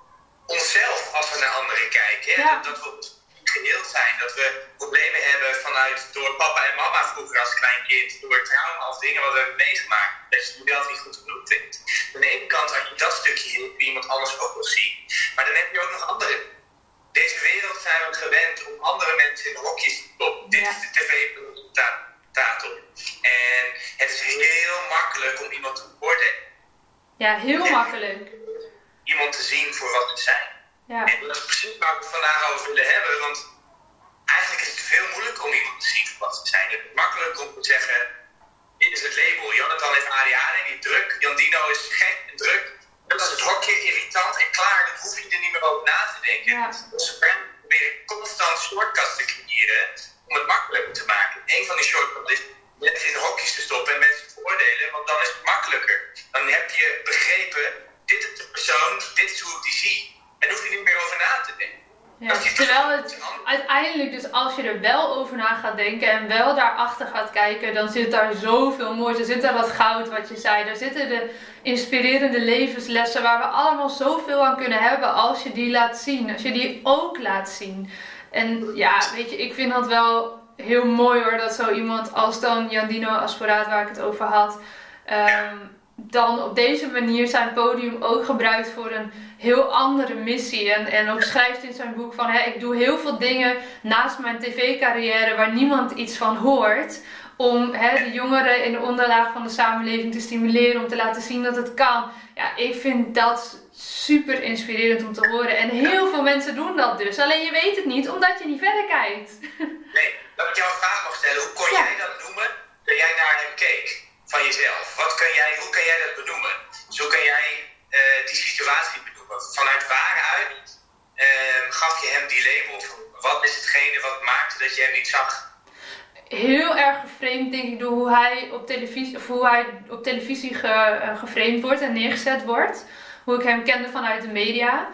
onszelf als we naar anderen kijken. Hè? Ja. Dat we geheeld zijn. Dat we problemen hebben door papa en mama vroeger als klein kind. Door trauma of dingen wat we hebben meegemaakt. Dat je jezelf niet goed genoeg vindt. Aan de ene kant, als je dat stukje hield, kun je iemand anders ook wel zien. Maar dan heb je ook nog andere. Deze wereld zijn we gewend om andere mensen in hokjes te stoppen. Dit is de tv-presentator. En het is heel makkelijk om iemand te beoordelen. Ja, heel makkelijk. Iemand te zien voor wat ze zijn. Ja. En dat is precies waar we het vandaag over willen hebben. Want eigenlijk is het veel moeilijker om iemand te zien voor wat ze zijn. Het is makkelijk om te zeggen, dit is het label. Jonathan heeft ADHD, die druk. Jan Dino is gek en druk. Dat is het hokje, irritant en klaar. Dan hoef je er niet meer over na te denken. Ja. Dus we proberen constant shortcuts te creëren om het makkelijker te maken. Een van die shortcuts is mensen in hokjes te stoppen en mensen te oordelen, want dan is het makkelijker. Dan heb je begrepen, dit is de persoon, dit is hoe ik die zie. En hoef je niet meer over na te denken. Ja, terwijl het uiteindelijk dus als je er wel over na gaat denken en wel daarachter gaat kijken, dan zit daar zoveel moois. Er zit daar wat goud wat je zei. Daar zitten de inspirerende levenslessen waar we allemaal zoveel aan kunnen hebben als je die laat zien. Als je die ook laat zien. En ja, weet je, ik vind dat wel heel mooi hoor, dat zo iemand als dan Jan Dino Asporaat waar ik het over had, dan op deze manier zijn podium ook gebruikt voor een heel andere missie. En ook schrijft in zijn boek van, ik doe heel veel dingen naast mijn tv-carrière waar niemand iets van hoort. Om de jongeren in de onderlaag van de samenleving te stimuleren, om te laten zien dat het kan. Ja, ik vind dat super inspirerend om te horen. En heel veel mensen doen dat dus. Alleen je weet het niet, omdat je niet verder kijkt. Nee, dat ik jou een vraag mag stellen. Hoe kon jij dat noemen dat jij naar hem keek? Van jezelf. Hoe kan jij dat benoemen? Zo kan jij die situatie benoemen. Vanuit waaruit gaf je hem die label? Wat is hetgene wat maakte dat je hem niet zag? Heel erg geframed denk ik door hoe hij op televisie geframed wordt en neergezet wordt. Hoe ik hem kende vanuit de media.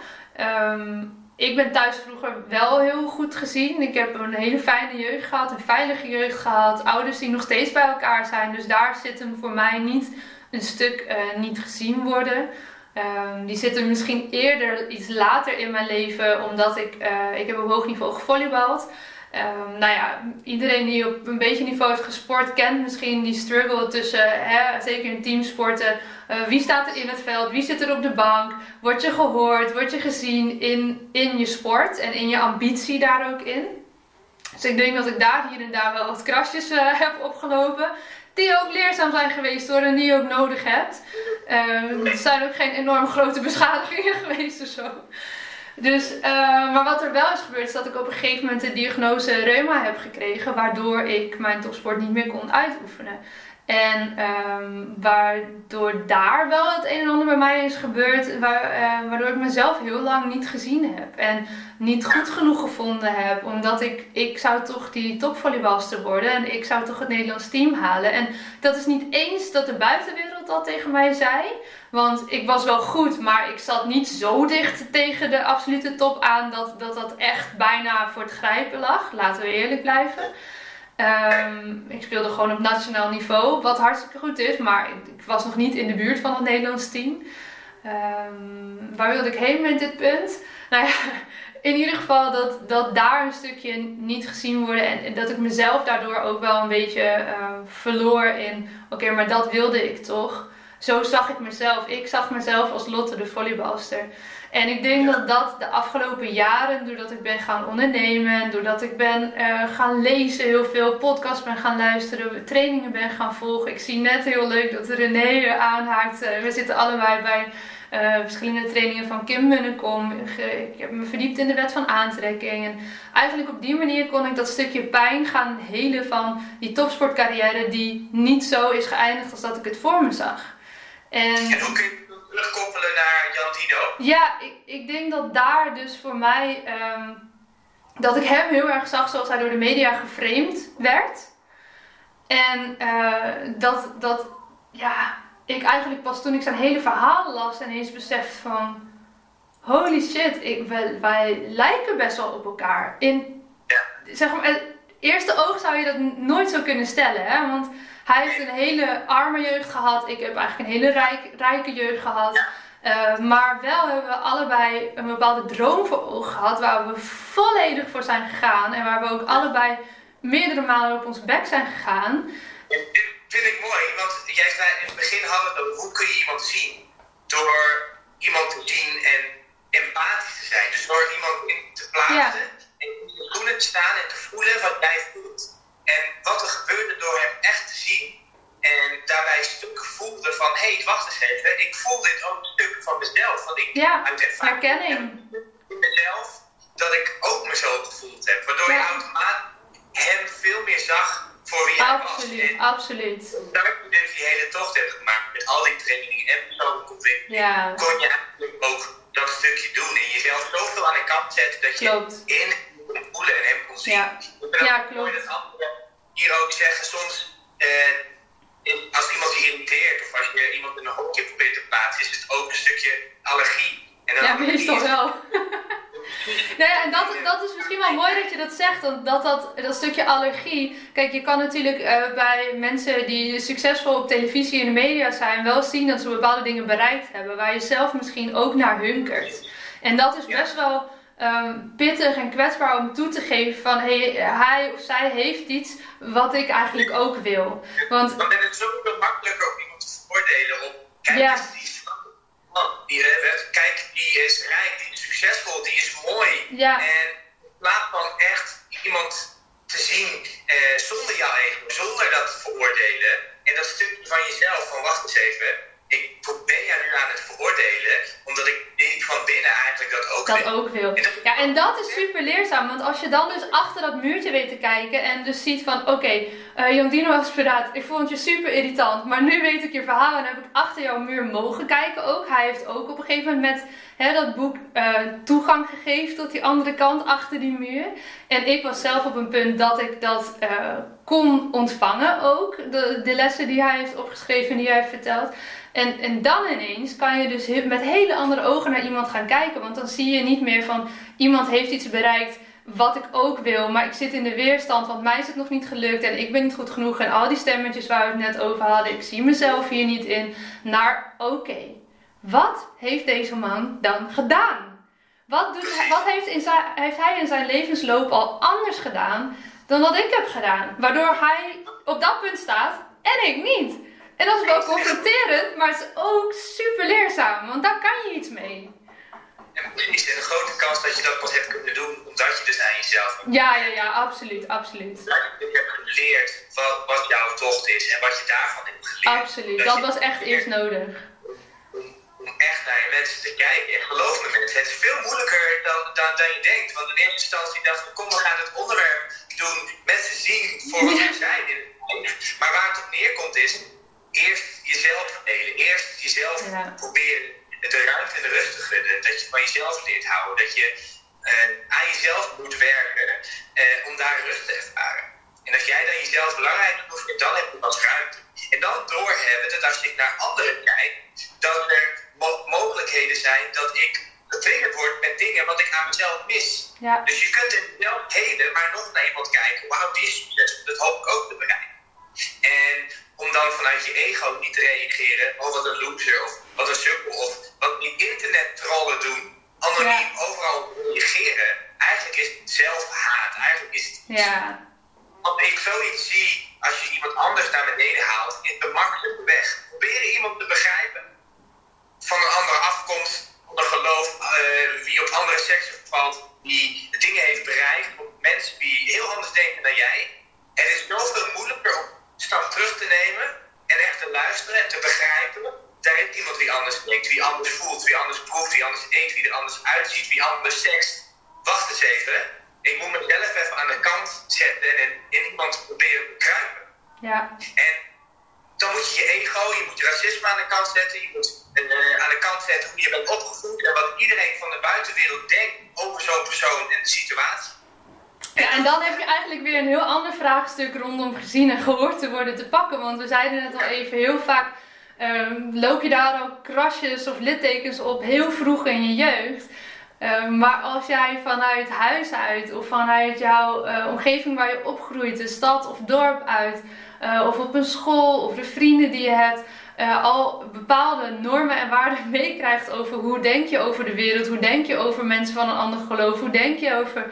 Ik ben thuis vroeger wel heel goed gezien. Ik heb een hele fijne jeugd gehad, een veilige jeugd gehad. Ouders die nog steeds bij elkaar zijn. Dus daar zit hem voor mij niet een stuk niet gezien worden. Die zitten misschien eerder iets later in mijn leven. Omdat ik heb op hoog niveau gevolleybald. Iedereen die op een beetje niveau heeft gesport kent misschien die struggle tussen, zeker in teamsporten, wie staat er in het veld, wie zit er op de bank, word je gehoord, word je gezien in je sport en in je ambitie daar ook in. Dus ik denk dat ik daar hier en daar wel wat krasjes heb opgelopen, die ook leerzaam zijn geweest hoor en die je ook nodig hebt. Het zijn ook geen enorm grote beschadigingen geweest of zo. Dus, maar wat er wel is gebeurd is dat ik op een gegeven moment de diagnose reuma heb gekregen, waardoor ik mijn topsport niet meer kon uitoefenen. En waardoor daar wel het een en ander bij mij is gebeurd, waardoor ik mezelf heel lang niet gezien heb. En niet goed genoeg gevonden heb, omdat ik zou toch die topvolleybalster worden en ik zou toch het Nederlands team halen. En dat is niet eens dat de buitenwereld dat tegen mij zei. Want ik was wel goed, maar ik zat niet zo dicht tegen de absolute top aan dat echt bijna voor het grijpen lag. Laten we eerlijk blijven. Ik speelde gewoon op nationaal niveau, wat hartstikke goed is, maar ik was nog niet in de buurt van het Nederlands team. Waar wilde ik heen met dit punt? Nou ja, in ieder geval dat daar een stukje niet gezien worden en dat ik mezelf daardoor ook wel een beetje verloor in, oké, maar dat wilde ik toch. Zo zag ik mezelf. Ik zag mezelf als Lotte, de volleybalster. En ik denk dat de afgelopen jaren, doordat ik ben gaan ondernemen, doordat ik ben gaan lezen, heel veel podcasts ben gaan luisteren, trainingen ben gaan volgen. Ik zie net heel leuk dat René aanhaakt. We zitten allebei bij verschillende trainingen van Kim Munnekom. Ik heb me verdiept in de wet van aantrekking. En eigenlijk op die manier kon ik dat stukje pijn gaan helen van die topsportcarrière die niet zo is geëindigd als dat ik het voor me zag. En hoe kun je terugkoppelen naar Jan Dino? Ja, ik denk dat daar dus voor mij, dat ik hem heel erg zag zoals hij door de media geframed werd. En ik eigenlijk pas toen ik zijn hele verhaal las ineens besefte van, holy shit, wij lijken best wel op elkaar. Zeg maar, het eerste oog zou je dat nooit zo kunnen stellen, hè? Want hij heeft een hele arme jeugd gehad. Ik heb eigenlijk een hele rijke jeugd gehad. Maar wel hebben we allebei een bepaalde droom voor ogen gehad. Waar we volledig voor zijn gegaan. En waar we ook allebei meerdere malen op ons bek zijn gegaan. Dit vind ik mooi. Want jij zei in het begin hadden we hoe kun je iemand zien? Door iemand te zien en empathisch te zijn. Dus door iemand in te plaatsen. En in de schoenen te staan en te voelen wat jij voelt. En wat er gebeurde door hem echt te zien. En daarbij stukken voelde van, hé, wacht eens even. Ik voel dit ook een stuk van mezelf. Want ik uit ervaring herkenning in mezelf dat ik ook me zo gevoeld heb. Waardoor je automatisch hem veel meer zag voor wie hij was. Absoluut. Omdat je dus die hele tocht hebt gemaakt met al die trainingen en persoonlijke ontwikkeling. Kon je eigenlijk ook dat stukje doen. En jezelf zoveel aan de kant zetten dat je in kon voelen en hem kon zien. Klopt. Dat anderen hier ook zeggen soms, als iemand je irriteert of als je iemand in een hokje probeert te plaatsen, is het ook een stukje allergie. En ja, meestal wel. En dat is misschien wel mooi dat je dat zegt, want dat stukje allergie. Kijk, je kan natuurlijk bij mensen die succesvol op televisie en de media zijn wel zien dat ze bepaalde dingen bereikt hebben, waar je zelf misschien ook naar hunkert. En dat is best wel pittig en kwetsbaar om toe te geven van hij of zij heeft iets wat ik eigenlijk ook wil. Want dan is het zoveel makkelijker om iemand te veroordelen op kijk, die is rijk, die is succesvol, die is mooi. Ja. En in plaats van echt iemand te zien zonder jouw ego, zonder dat te veroordelen. En dat stukje van jezelf, van wacht eens even, ik ben jou nu aan het veroordelen, omdat ik van binnen eigenlijk dat ook wil. En dat is super leerzaam, want als je dan dus achter dat muurtje weet te kijken en dus ziet van, Jan Dino Asperaat, ik vond je super irritant, maar nu weet ik je verhaal en heb ik achter jouw muur mogen kijken ook. Hij heeft ook op een gegeven moment met dat boek toegang gegeven tot die andere kant achter die muur. En ik was zelf op een punt dat ik dat kon ontvangen ook, de lessen die hij heeft opgeschreven en die hij heeft verteld. En dan ineens kan je dus met hele andere ogen naar iemand gaan kijken. Want dan zie je niet meer van iemand heeft iets bereikt wat ik ook wil. Maar ik zit in de weerstand, want mij is het nog niet gelukt. En ik ben niet goed genoeg. En al die stemmetjes waar we het net over hadden. Ik zie mezelf hier niet in. Naar wat heeft deze man dan gedaan? Wat heeft hij in zijn levensloop al anders gedaan dan wat ik heb gedaan? Waardoor hij op dat punt staat en ik niet. En dat is wel confronterend, maar het is ook super leerzaam, want daar kan je iets mee. En is er een grote kans dat je dat pas hebt kunnen doen, omdat je dus aan jezelf hebt. Ja, absoluut. Dat je hebt geleerd wat jouw tocht is en wat je daarvan hebt geleerd. Absoluut, dat was echt eerst nodig. Om echt naar je mensen te kijken. En geloof me mensen, het is veel moeilijker dan je denkt. Want in eerste instantie dacht ik, kom, we gaan het onderwerp doen, mensen zien voor wat ze zijn. Maar waar het op neerkomt is, eerst jezelf delen. Eerst jezelf proberen de ruimte en de rust te gunnen. Dat je van jezelf leert houden. Dat je aan jezelf moet werken om daar rust te ervaren. En als jij dan jezelf belangrijk doet, dan heb je pas ruimte. En dan doorhebben dat als ik naar anderen kijk, dat er mogelijkheden zijn dat ik getriggerd word met dingen wat ik aan mezelf mis. Ja. Dus je kunt het zelf heden, maar nog naar iemand kijken. Wauw, die is succesvol. Dat hoop ik ook te bereiken. En om dan vanuit je ego niet te reageren, oh wat een loser, of wat een sukkel, of wat die internettrollen doen, anoniem overal reageren. Eigenlijk is het zelfhaat, eigenlijk is het... Ja. Als ik zoiets zie, als je iemand anders naar beneden haalt, is de makkelijke weg. Proberen iemand te begrijpen. Van een andere afkomst, ander geloof, wie op andere seksen valt, die dingen heeft bereikt, op mensen die heel anders denken dan jij. Het is zoveel moeilijker om een stap terug te nemen en echt te luisteren en te begrijpen. Daar is iemand die anders denkt, wie anders voelt, wie anders proeft, wie anders eet, wie er anders uitziet, wie anders sext. Wacht eens even, ik moet mezelf even aan de kant zetten en in iemand proberen te kruipen. Ja. En dan moet je ego, je moet je racisme aan de kant zetten, je moet aan de kant zetten hoe je bent opgevoed en wat iedereen van de buitenwereld denkt over zo'n persoon en de situatie. Ja, en dan heb je eigenlijk weer een heel ander vraagstuk rondom gezien en gehoord te worden te pakken. Want we zeiden het al even, heel vaak loop je daar ook krasjes of littekens op heel vroeg in je jeugd. Maar als jij vanuit huis uit of vanuit jouw omgeving waar je opgroeit, de stad of dorp uit, of op een school of de vrienden die je hebt, al bepaalde normen en waarden meekrijgt over hoe denk je over de wereld, hoe denk je over mensen van een ander geloof, hoe denk je over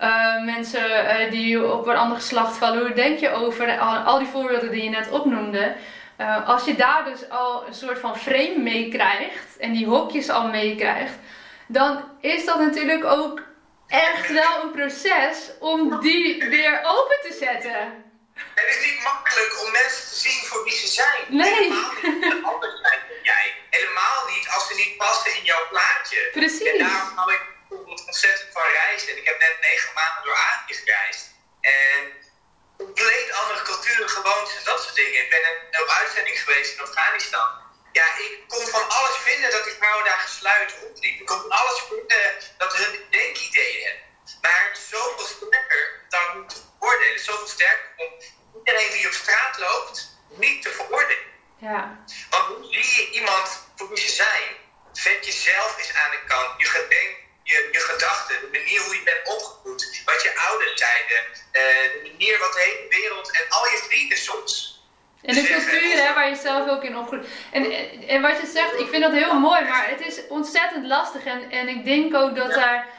mensen die op een ander geslacht vallen, hoe denk je over al die voorbeelden die je net opnoemde. Als je daar dus al een soort van frame meekrijgt en die hokjes al meekrijgt, dan is dat natuurlijk ook echt wel een proces om die weer open te zetten. Het is niet makkelijk om mensen te zien voor wie ze zijn. Nee. Helemaal niet anders zijn dan jij. Helemaal niet als ze niet passen in jouw plaatje. Precies. En daarom hou ik bijvoorbeeld ontzettend van reizen. En ik heb net 9 maanden door Azië gereisd. En compleet andere culturen, gewoontes en dat soort dingen. Ik ben op uitzending geweest in Afghanistan. Ja, ik kon van alles vinden dat die vrouwen daar gesluit rondliepen. Ik kon van alles vinden dat hun denkideeën hebben. Maar het is zoveel sterker dan te veroordelen. Zoveel sterker om iedereen die op straat loopt niet te veroordelen. Ja. Want hoe zie je iemand voor wie ze zijn? Zet jezelf eens aan de kant. Je gedenk, je gedachten, de manier hoe je bent opgevoed, wat je ouders zeiden, de manier wat de hele wereld en al je vrienden soms. En de cultuur hè, waar je zelf ook in opgroeit. En wat je zegt, ik vind dat heel mooi, maar het is ontzettend lastig. En ik denk ook dat daar...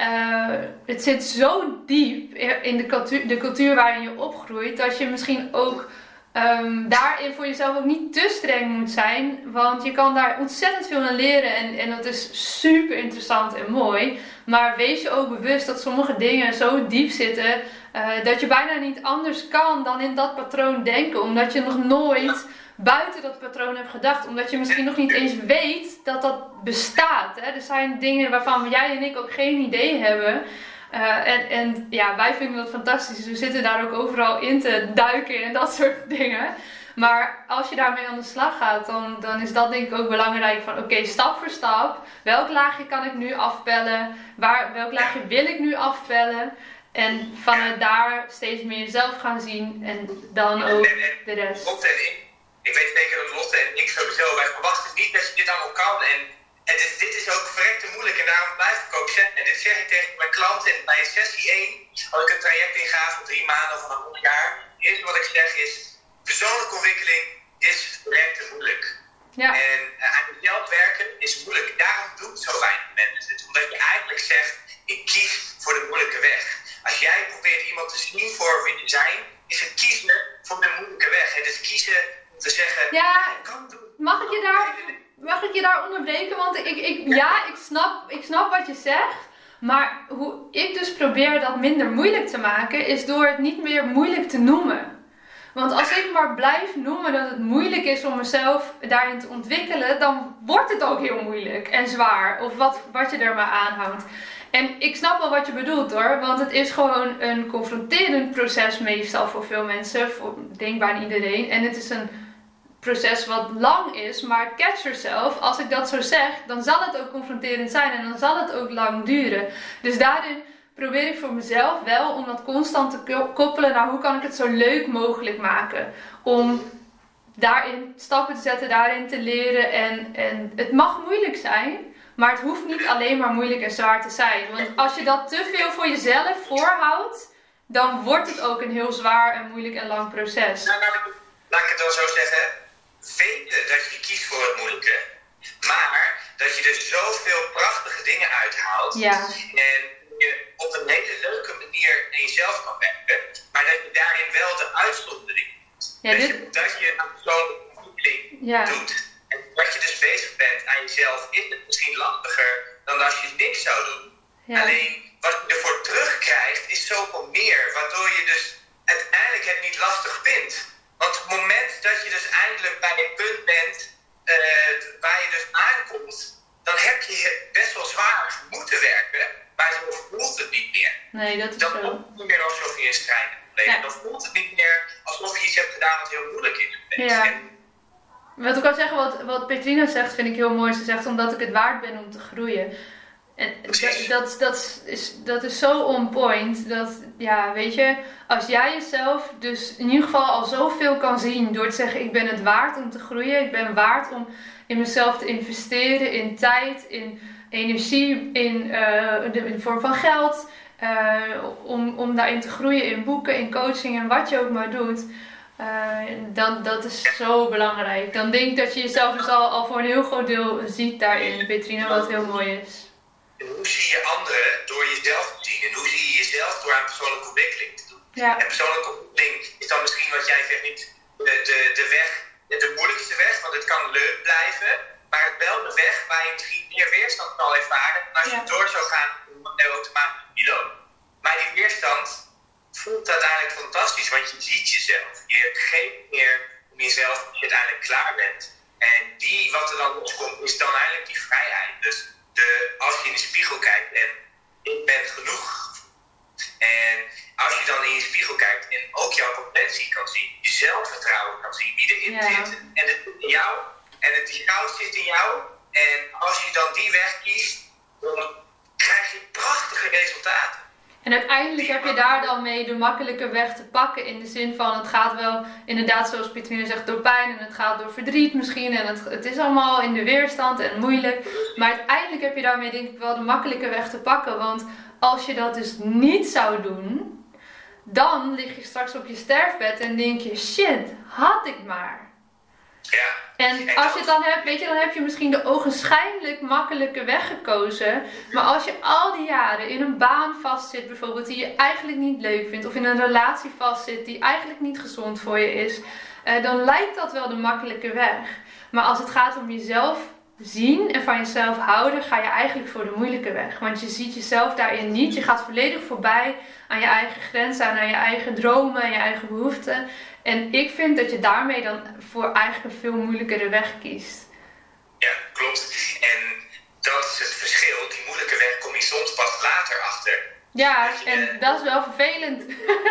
het zit zo diep in de cultuur waarin je opgroeit, dat je misschien ook daarin voor jezelf ook niet te streng moet zijn. Want je kan daar ontzettend veel aan leren en dat is super interessant en mooi. Maar wees je ook bewust dat sommige dingen zo diep zitten dat je bijna niet anders kan dan in dat patroon denken. Omdat je nog nooit buiten dat patroon hebt gedacht. Omdat je misschien nog niet eens weet dat dat bestaat. Hè? Er zijn dingen waarvan jij en ik ook geen idee hebben. En ja, wij vinden dat fantastisch. Dus we zitten daar ook overal in te duiken en dat soort dingen. Maar als je daarmee aan de slag gaat, dan is dat denk ik ook belangrijk van oké, stap voor stap. Welk laagje kan ik nu afpellen? Welk laagje wil ik nu afpellen? En vanuit daar steeds meer zelf gaan zien en dan ook de rest. Lotte en ik weet zeker dat Lotte en ik sowieso, wij verwachten niet dat je dit allemaal kan. En dit is ook verrekte moeilijk en daarom blijf ik ook zeggen. En dit zeg ik tegen mijn klanten bij een sessie 1, als ik een traject inga van 3 maanden of een half jaar. Het eerste wat ik zeg is, persoonlijke ontwikkeling is verrekte moeilijk. Ja. En aan jezelf werken is moeilijk. Daarom doen zo weinig mensen het. Omdat je eigenlijk zegt, ik kies voor de moeilijke weg. Als jij probeert iemand te zien voor wie ze zijn, is het kiezen voor de moeilijke weg. Het is kiezen om te zeggen, ja, ik kan doen. Mag ik je daar onderbreken? Want ik snap wat je zegt. Maar hoe ik dus probeer dat minder moeilijk te maken, is door het niet meer moeilijk te noemen. Want als ik maar blijf noemen dat het moeilijk is om mezelf daarin te ontwikkelen, dan wordt het ook heel moeilijk en zwaar. Of wat je er maar aanhoudt. En ik snap wel wat je bedoelt hoor. Want het is gewoon een confronterend proces meestal voor veel mensen. Voor denk bijna iedereen. En het is een proces wat lang is. Maar catch yourself. Als ik dat zo zeg, dan zal het ook confronterend zijn. En dan zal het ook lang duren. Dus daarin probeer ik voor mezelf wel om dat constant te koppelen naar hoe kan ik het zo leuk mogelijk maken. Om daarin stappen te zetten, daarin te leren. En het mag moeilijk zijn. Maar het hoeft niet alleen maar moeilijk en zwaar te zijn. Want als je dat te veel voor jezelf voorhoudt, dan wordt het ook een heel zwaar en moeilijk en lang proces. Nou, laat ik het dan zo zeggen. Weten dat je kiest voor het moeilijke, maar dat je er zoveel prachtige dingen uithaalt. Ja. En je op een hele leuke manier in jezelf kan werken, maar dat je daarin wel de uitzondering doet. Ja, dat je een persoonlijke ontwikkeling doet. En dat je dus bezig bent aan jezelf, is het misschien lastiger dan als je niks zou doen. Ja. Alleen wat je ervoor terugkrijgt is zoveel meer, waardoor je dus uiteindelijk het niet lastig vindt. Want op het moment dat je dus eindelijk bij een punt bent waar je dus aankomt, dan heb je het best wel zwaar moeten werken, maar zo voelt het niet meer. Nee, dat is dan zo. voelt het niet meer alsof je een strijd hebt geleverd. Ja. Dan voelt het niet meer alsof je iets hebt gedaan wat heel moeilijk is geweest. Ja. Wat ik kan zeggen, wat Petrina zegt, vind ik heel mooi. Ze zegt omdat ik het waard ben om te groeien. En dat is zo on point. Dat, ja, weet je, als jij jezelf dus in ieder geval al zoveel kan zien door te zeggen, ik ben het waard om te groeien. Ik ben waard om in mezelf te investeren, in tijd, in energie, in de vorm van geld. Om daarin te groeien in boeken, in coaching en wat je ook maar doet. Dat is zo belangrijk. Dan denk ik dat je jezelf dus al voor een heel groot deel ziet daarin, Petrina, wat heel mooi is. En hoe zie je anderen door jezelf te zien? En hoe zie je jezelf door aan persoonlijke ontwikkeling te doen? Ja. En persoonlijke ontwikkeling is dan misschien wat jij zegt niet de weg, de moeilijkste weg, want het kan leuk blijven. Maar wel de weg waar je misschien meer weerstand zal ervaren. En als je door zou gaan, automatisch niet lopen. Maar die weerstand voelt uiteindelijk fantastisch, want je ziet jezelf. Je geeft meer om jezelf als je uiteindelijk klaar bent. En wat er dan loskomt, is dan eigenlijk die vrijheid. Dus als je in de spiegel kijkt en ik ben genoeg. En als je dan in je spiegel kijkt en ook jouw potentie kan zien, je zelfvertrouwen kan zien, wie erin zit. En het zit in jou. En het goud zit in jou. En als je dan die weg kiest, dan krijg je prachtige resultaten. En uiteindelijk heb je daar dan mee de makkelijke weg te pakken. In de zin van, het gaat wel inderdaad zoals Petrina zegt door pijn. En het gaat door verdriet misschien. En het is allemaal in de weerstand en moeilijk. Maar uiteindelijk heb je daarmee denk ik wel de makkelijke weg te pakken. Want als je dat dus niet zou doen, dan lig je straks op je sterfbed en denk je, shit, had ik maar. Ja. En als je het dan hebt, weet je, dan heb je misschien de ogenschijnlijk makkelijke weg gekozen. Maar als je al die jaren in een baan vastzit bijvoorbeeld die je eigenlijk niet leuk vindt. Of in een relatie vastzit die eigenlijk niet gezond voor je is. Dan lijkt dat wel de makkelijke weg. Maar als het gaat om jezelf zien en van jezelf houden, ga je eigenlijk voor de moeilijke weg. Want je ziet jezelf daarin niet. Je gaat volledig voorbij aan je eigen grenzen, aan je eigen dromen en je eigen behoeften. En ik vind dat je daarmee dan voor eigenlijk een veel moeilijkere weg kiest. Ja, klopt. En dat is het verschil. Die moeilijke weg kom je soms pas later achter. Ja, en dat is wel vervelend.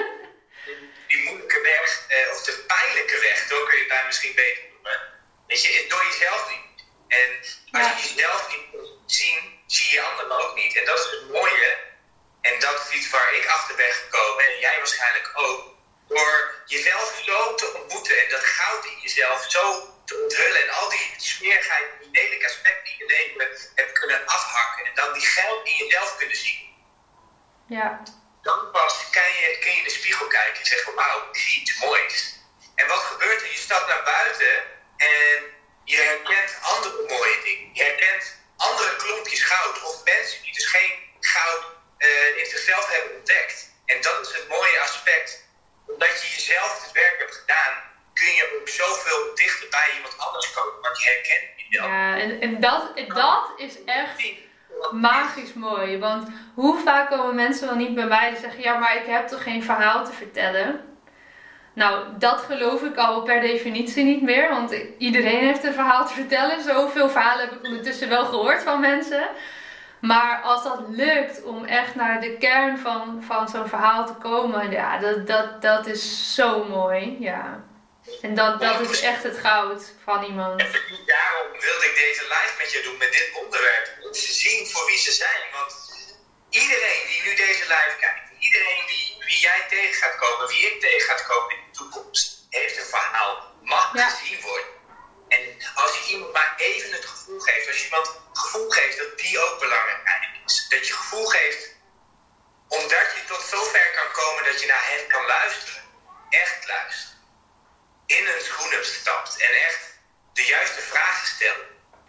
Die moeilijke weg, of de pijnlijke weg, zo kun je het daar misschien beter noemen. Weet je, door jezelf niet. En als je jezelf niet ziet, zie je anderen ook niet. En dat is het mooie. En dat is iets waar ik achter ben gekomen. En jij waarschijnlijk ook. Door jezelf zo te ontmoeten en dat goud in jezelf zo te onthullen. En al die smerigheid, die lelijke aspecten in je leven hebt kunnen afhakken. En dan die geld in jezelf kunnen zien. Ja. Dan pas kun je in de spiegel kijken en zeggen, wauw, ik zie iets moois. En wat gebeurt er? Je stapt naar buiten en je herkent andere mooie dingen. Je herkent andere klompjes goud of mensen die dus geen goud in zichzelf hebben ontdekt. En dat is het mooie aspect. Omdat je jezelf het werk hebt gedaan, kun je ook zoveel dichter bij iemand anders komen. Want je herkent jezelf. Ja, en dat is echt magisch mooi. Want hoe vaak komen mensen wel niet bij mij die zeggen, ja, maar ik heb toch geen verhaal te vertellen? Nou, dat geloof ik al per definitie niet meer. Want iedereen heeft een verhaal te vertellen. Zoveel verhalen heb ik ondertussen wel gehoord van mensen. Maar als dat lukt om echt naar de kern van zo'n verhaal te komen, ja, dat is zo mooi. Ja. En dat is echt het goud van iemand. En daarom wilde ik deze live met je doen, met dit onderwerp. Om ze zien voor wie ze zijn. Want iedereen die nu deze live kijkt, iedereen wie jij tegen gaat komen, wie ik tegen gaat komen in de toekomst, heeft een verhaal, mag gezien worden. En als je iemand maar even het gevoel geeft, als je iemand het gevoel geeft dat die ook belangrijk is. Dat je gevoel geeft Omdat je tot zover kan komen dat je naar hen kan luisteren. Echt luisteren. In hun schoenen stapt en echt de juiste vragen stelt.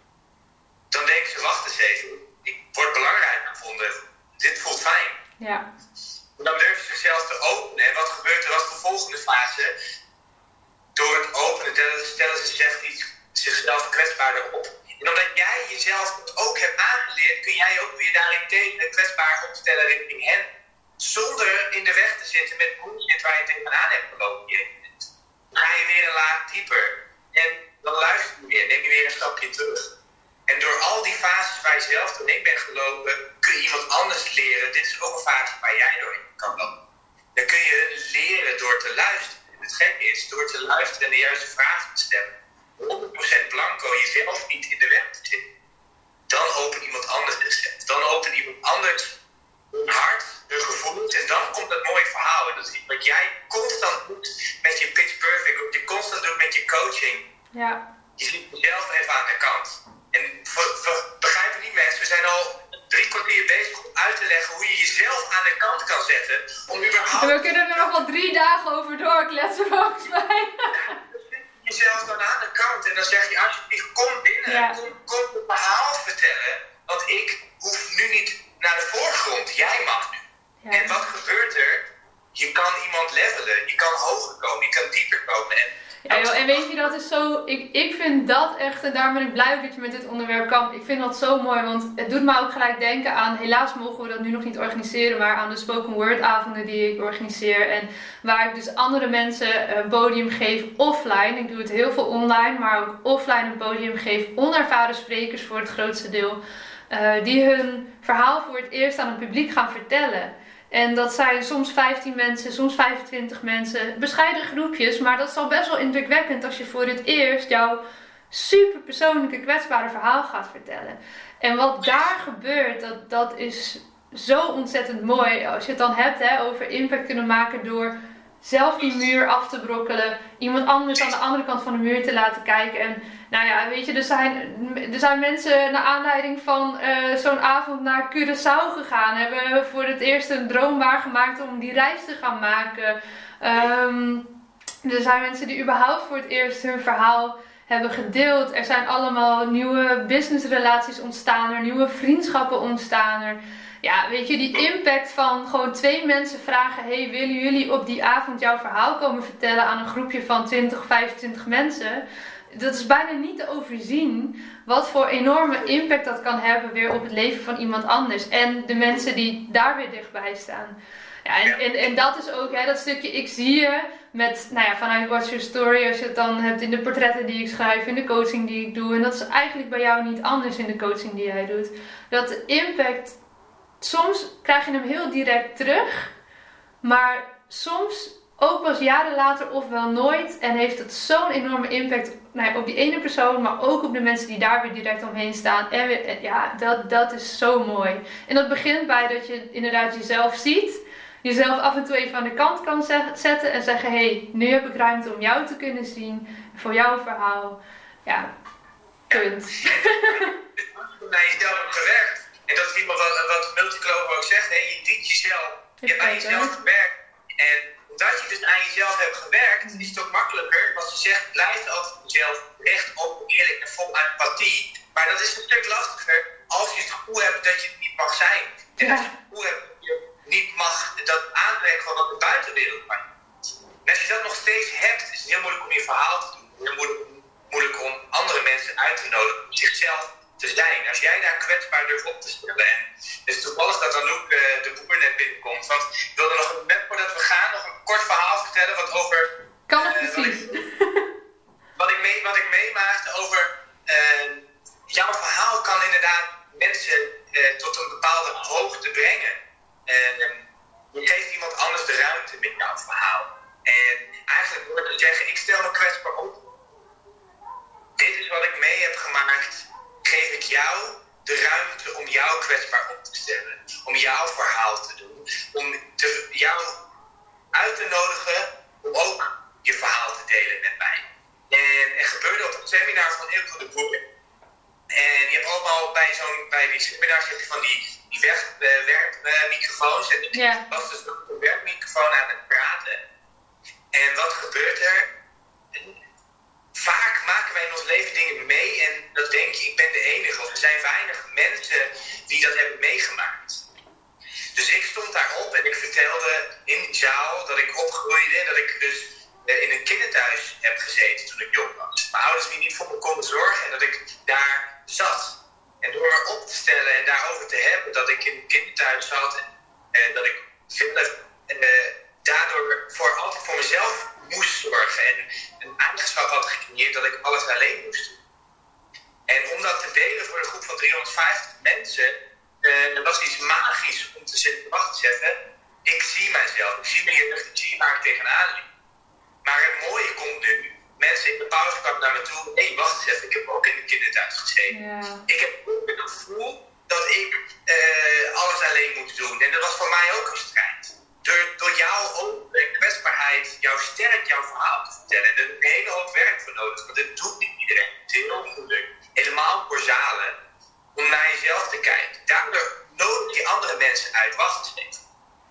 Dan denken ze, wacht eens even. Ik word belangrijk gevonden. Dit voelt fijn. Ja. Dan durven ze zichzelf te openen. En wat gebeurt er als de volgende fase? Door het openen stellen ze zichzelf kwetsbaarder op. En omdat jij jezelf ook hebt aangeleerd, kun jij ook weer daarin tegen kwetsbaar opstellen richting hen. Zonder in de weg te zitten met bullshit waar je tegenaan hebt gelopen. Dan ga je weer een laag dieper. En dan luister je weer, neem je weer een stapje terug. En door al die fases waar je zelf doorheen bent gelopen, kun je iemand anders leren. Dit is ook een fase waar jij doorheen kan lopen. Dan kun je leren door te luisteren. En het gekke is, door te luisteren en de juiste vragen te stellen, 100% blanco jezelf niet in de weg te zitten. Dan opent iemand anders zichzelf. Dan opent iemand anders hun hart, hun gevoelens. En dan komt dat mooie verhaal. En dat is iets wat jij constant doet met je pitch perfect. Wat je constant doet met je coaching. Ja. Je zit jezelf even aan de kant. En begrijp je niet mensen, we zijn al 3 kwartier bezig om uit te leggen hoe je jezelf aan de kant kan zetten. Om überhaupt... We kunnen er nog wel 3 dagen over doorkletsen volgens mij. Jezelf dan aan de kant en dan zeg je alsjeblieft kom binnen, kom het verhaal vertellen, want ik hoef nu niet naar de voorgrond, jij mag nu. Ja. En wat gebeurt er? Je kan iemand levelen, je kan hoger komen, je kan dieper komen. Ja, joh, en weet je, dat is zo, ik vind dat echt, en daar ben ik blij dat je met dit onderwerp kan. Ik vind dat zo mooi, want het doet me ook gelijk denken aan, helaas mogen we dat nu nog niet organiseren, maar aan de spoken word avonden die ik organiseer. En waar ik dus andere mensen een podium geef offline. Ik doe het heel veel online, maar ook offline een podium geef. Onervaren sprekers voor het grootste deel. Die hun verhaal voor het eerst aan het publiek gaan vertellen. En dat zijn soms 15 mensen, soms 25 mensen. Bescheiden groepjes, maar dat is al best wel indrukwekkend als je voor het eerst jouw super persoonlijke kwetsbare verhaal gaat vertellen. En wat daar gebeurt, dat is zo ontzettend mooi. Als je het dan hebt over impact kunnen maken door zelf die muur af te brokkelen. Iemand anders aan de andere kant van de muur te laten kijken. En nou ja, weet je, er zijn mensen naar aanleiding van zo'n avond naar Curaçao gegaan. Hebben voor het eerst een droom waargemaakt om die reis te gaan maken. Er zijn mensen die überhaupt voor het eerst hun verhaal hebben gedeeld. Er zijn allemaal nieuwe businessrelaties ontstaan. Er nieuwe vriendschappen ontstaan. Er, ja, weet je, die impact van gewoon 2 mensen vragen: hey, willen jullie op die avond jouw verhaal komen vertellen aan een groepje van 20, 25 mensen? Dat is bijna niet te overzien wat voor enorme impact dat kan hebben weer op het leven van iemand anders. En de mensen die daar weer dichtbij staan. Ja, en dat is ook dat stukje ik zie je met, nou ja, vanuit What's Your Story, als je het dan hebt in de portretten die ik schrijf, in de coaching die ik doe. En dat is eigenlijk bij jou niet anders in de coaching die jij doet. Dat de impact, soms krijg je hem heel direct terug, maar soms ook pas jaren later of wel nooit. En heeft het zo'n enorme impact op die ene persoon, maar ook op de mensen die daar weer direct omheen staan. En ja, dat is zo mooi. En dat begint bij dat je inderdaad jezelf ziet. Jezelf af en toe even aan de kant kan zetten en zeggen: hey, nu heb ik ruimte om jou te kunnen zien. Voor jouw verhaal. Ja, punt. Naar jezelf hebt gewerkt. En dat is iemand wat Multiclover ook zegt. Je dient jezelf. Je hebt aan jezelf gewerkt. En omdat je dus aan jezelf hebt gewerkt, is het ook makkelijker. Want ze zegt, blijf altijd jezelf recht, open, eerlijk en vol empathie. Maar dat is een stuk lastiger als je het gevoel hebt dat je het niet mag zijn. En als je het gevoel hebt dat je niet mag dat aantrekken van wat de buitenwereld maakt. En als je dat nog steeds hebt, is het heel moeilijk om je verhaal te doen. Heel moeilijk om andere mensen uit te nodigen om zichzelf te zijn. Als jij daar kwetsbaar durft op te stellen. En het is toevallig dat Anouk de boer net binnenkomt. Want ik wilde nog net voordat we gaan nog een kort verhaal vertellen wat over... Kan het precies. Wat ik meemaakte over jouw verhaal kan inderdaad mensen tot een bepaalde hoogte brengen. Je geeft iemand anders de ruimte met jouw verhaal. En eigenlijk door te zeggen, ik stel me kwetsbaar op. Dit is wat ik mee heb gemaakt. Geef ik jou de ruimte om jou kwetsbaar op te stellen. Om jouw verhaal te doen. Om jou uit te nodigen om ook je verhaal te delen met mij. En er gebeurde op een seminar van Ilko de Boer. En je hebt allemaal bij die seminars van die wegwerpmicrofoons. En Ik was dus op de werkmicrofoon aan het praten. En wat gebeurt er? Vaak maken wij in ons leven dingen mee en dan denk je, ik ben de enige. Of er zijn weinig mensen die dat hebben meegemaakt. Dus ik stond daarop en ik vertelde in die zaal dat ik opgroeide, dat ik dus in een kinderthuis heb gezeten toen ik jong was. Mijn ouders die niet voor me konden zorgen en dat ik daar zat. En door me op te stellen en daarover te hebben dat ik in een kinderthuis zat en dat ik daardoor altijd voor mezelf moest zorgen en een eigenschap had gecreëerd dat ik alles alleen moest doen. En om dat te delen voor een groep van 350 mensen, dat was iets magisch om te zitten. Wacht eens even, ik zie mijzelf, ik zie mijn jeugd, ik zie waar ik tegenaan liep. Maar het mooie komt nu, mensen in de pauze kwamen naar me toe, hé, wacht eens even, ik heb ook in de kinderthuis gezeten. Ja. Ik heb ook het gevoel dat ik alles alleen moet doen. En dat was voor mij ook een strijd. Door jouw open en kwetsbaarheid, jouw verhaal te vertellen. En er is een hele hoop werk voor nodig, want dat doet niet iedereen. Het is heel moeilijk, helemaal voor zalen, om naar jezelf te kijken. Daardoor nodig je andere mensen uit. Wacht eens even.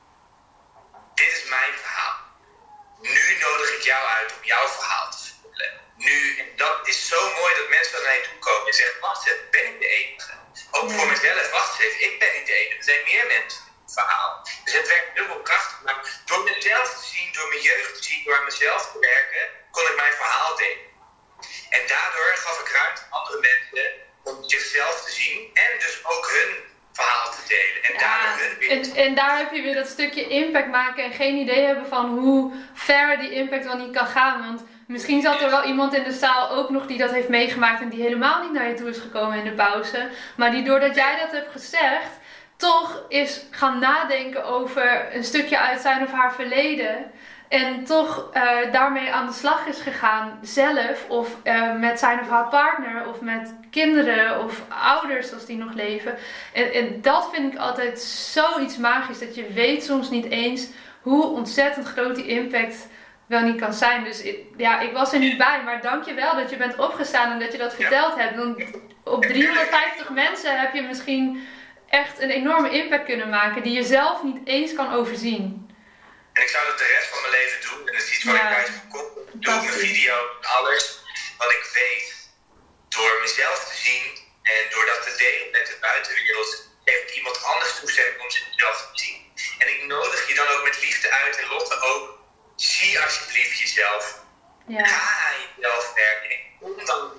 Dit is mijn verhaal. Nu nodig ik jou uit om jouw verhaal te vertellen. Nu, en dat is zo mooi dat mensen naar je toe komen en zeggen, wacht eens, ben ik de enige? Ook voor mezelf, wacht eens even, ik ben niet de enige. Er zijn meer mensen in het verhaal. Dus het werkt dubbel krachtig. Maar door mezelf te zien, door mijn jeugd te zien, door aan mezelf te werken, kon ik mijn verhaal delen. En daardoor gaf ik ruimte aan andere mensen om zichzelf te zien en dus ook hun verhaal te delen. En, en daar heb je weer dat stukje impact maken en geen idee hebben van hoe ver die impact wel niet kan gaan. Want misschien zat er wel iemand in de zaal ook nog die dat heeft meegemaakt en die helemaal niet naar je toe is gekomen in de pauze. Maar die doordat jij dat hebt gezegd, toch is gaan nadenken over een stukje uit zijn of haar verleden. En toch daarmee aan de slag is gegaan zelf of met zijn of haar partner of met kinderen of ouders als die nog leven. En dat vind ik altijd zoiets magisch. Dat je weet soms niet eens hoe ontzettend groot die impact wel niet kan zijn. Dus ik was er niet bij. Maar dank je wel dat je bent opgestaan en dat je dat verteld hebt. Want op 350 mensen heb je misschien echt een enorme impact kunnen maken die je zelf niet eens kan overzien. En ik zou dat de rest van mijn leven doen. En dat is iets wat ik bij het verkoop doe, mijn video, alles. Wat ik weet, door mezelf te zien en door dat te delen met de buitenwereld, geef ik iemand anders toestemming om zichzelf te zien. En ik nodig je dan ook met liefde uit en Lotte ook. Zie alsjeblieft jezelf. Ja. Ga aan jezelf werken. En kom dan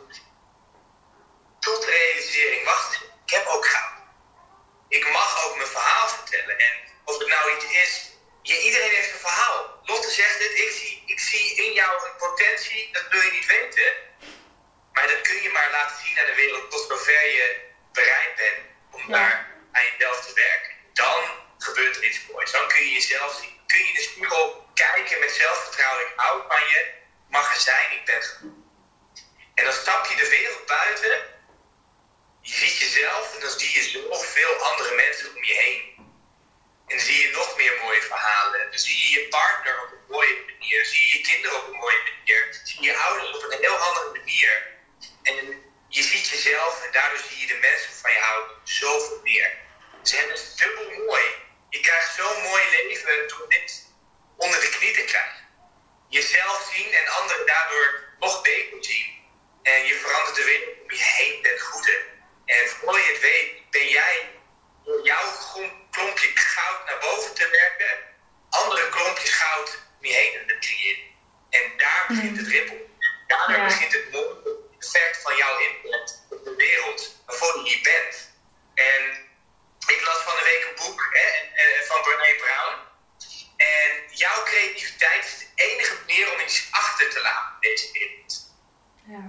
tot de realisering. Wacht, ik heb ook goud. Ik mag ook mijn verhaal vertellen. En of het nou iets is. Iedereen heeft een verhaal. Lotte zegt het, ik zie in jou een potentie, dat wil je niet weten. Maar dat kun je maar laten zien aan de wereld tot zover je bereid bent om daar aan jezelf te werken. Dan gebeurt er iets moois. Dan kun je jezelf zien. Kun je in de spiegel kijken met zelfvertrouwen. Ik hou van je, mag er zijn, ik ben genoeg. En dan stap je de wereld buiten. Je ziet jezelf en dan zie je zoveel andere mensen om je heen. En dan zie je nog meer mooie verhalen. Dan zie je je partner op een mooie manier. Dan zie je je kinderen op een mooie manier. Dan zie je je ouders op een heel andere manier. En je ziet jezelf en daardoor zie je de mensen van je houden zoveel meer. Dus het is dubbel mooi. Je krijgt zo'n mooi leven door dit onder de knie te krijgen. Jezelf zien en anderen daardoor nog beter zien. En je verandert de wereld om je heen ten goede. En voor je het weet ben jij door jouw klompje goud naar boven te werken, andere klompjes goud om je heen te creëren. En daar begint het rippelen. Daardoor begint het mooie effect van jouw impact op de wereld waarvoor je hier bent. En ik las van de week een boek van Brené Brown. En jouw creativiteit is de enige manier om iets achter te laten in deze wereld. Ja.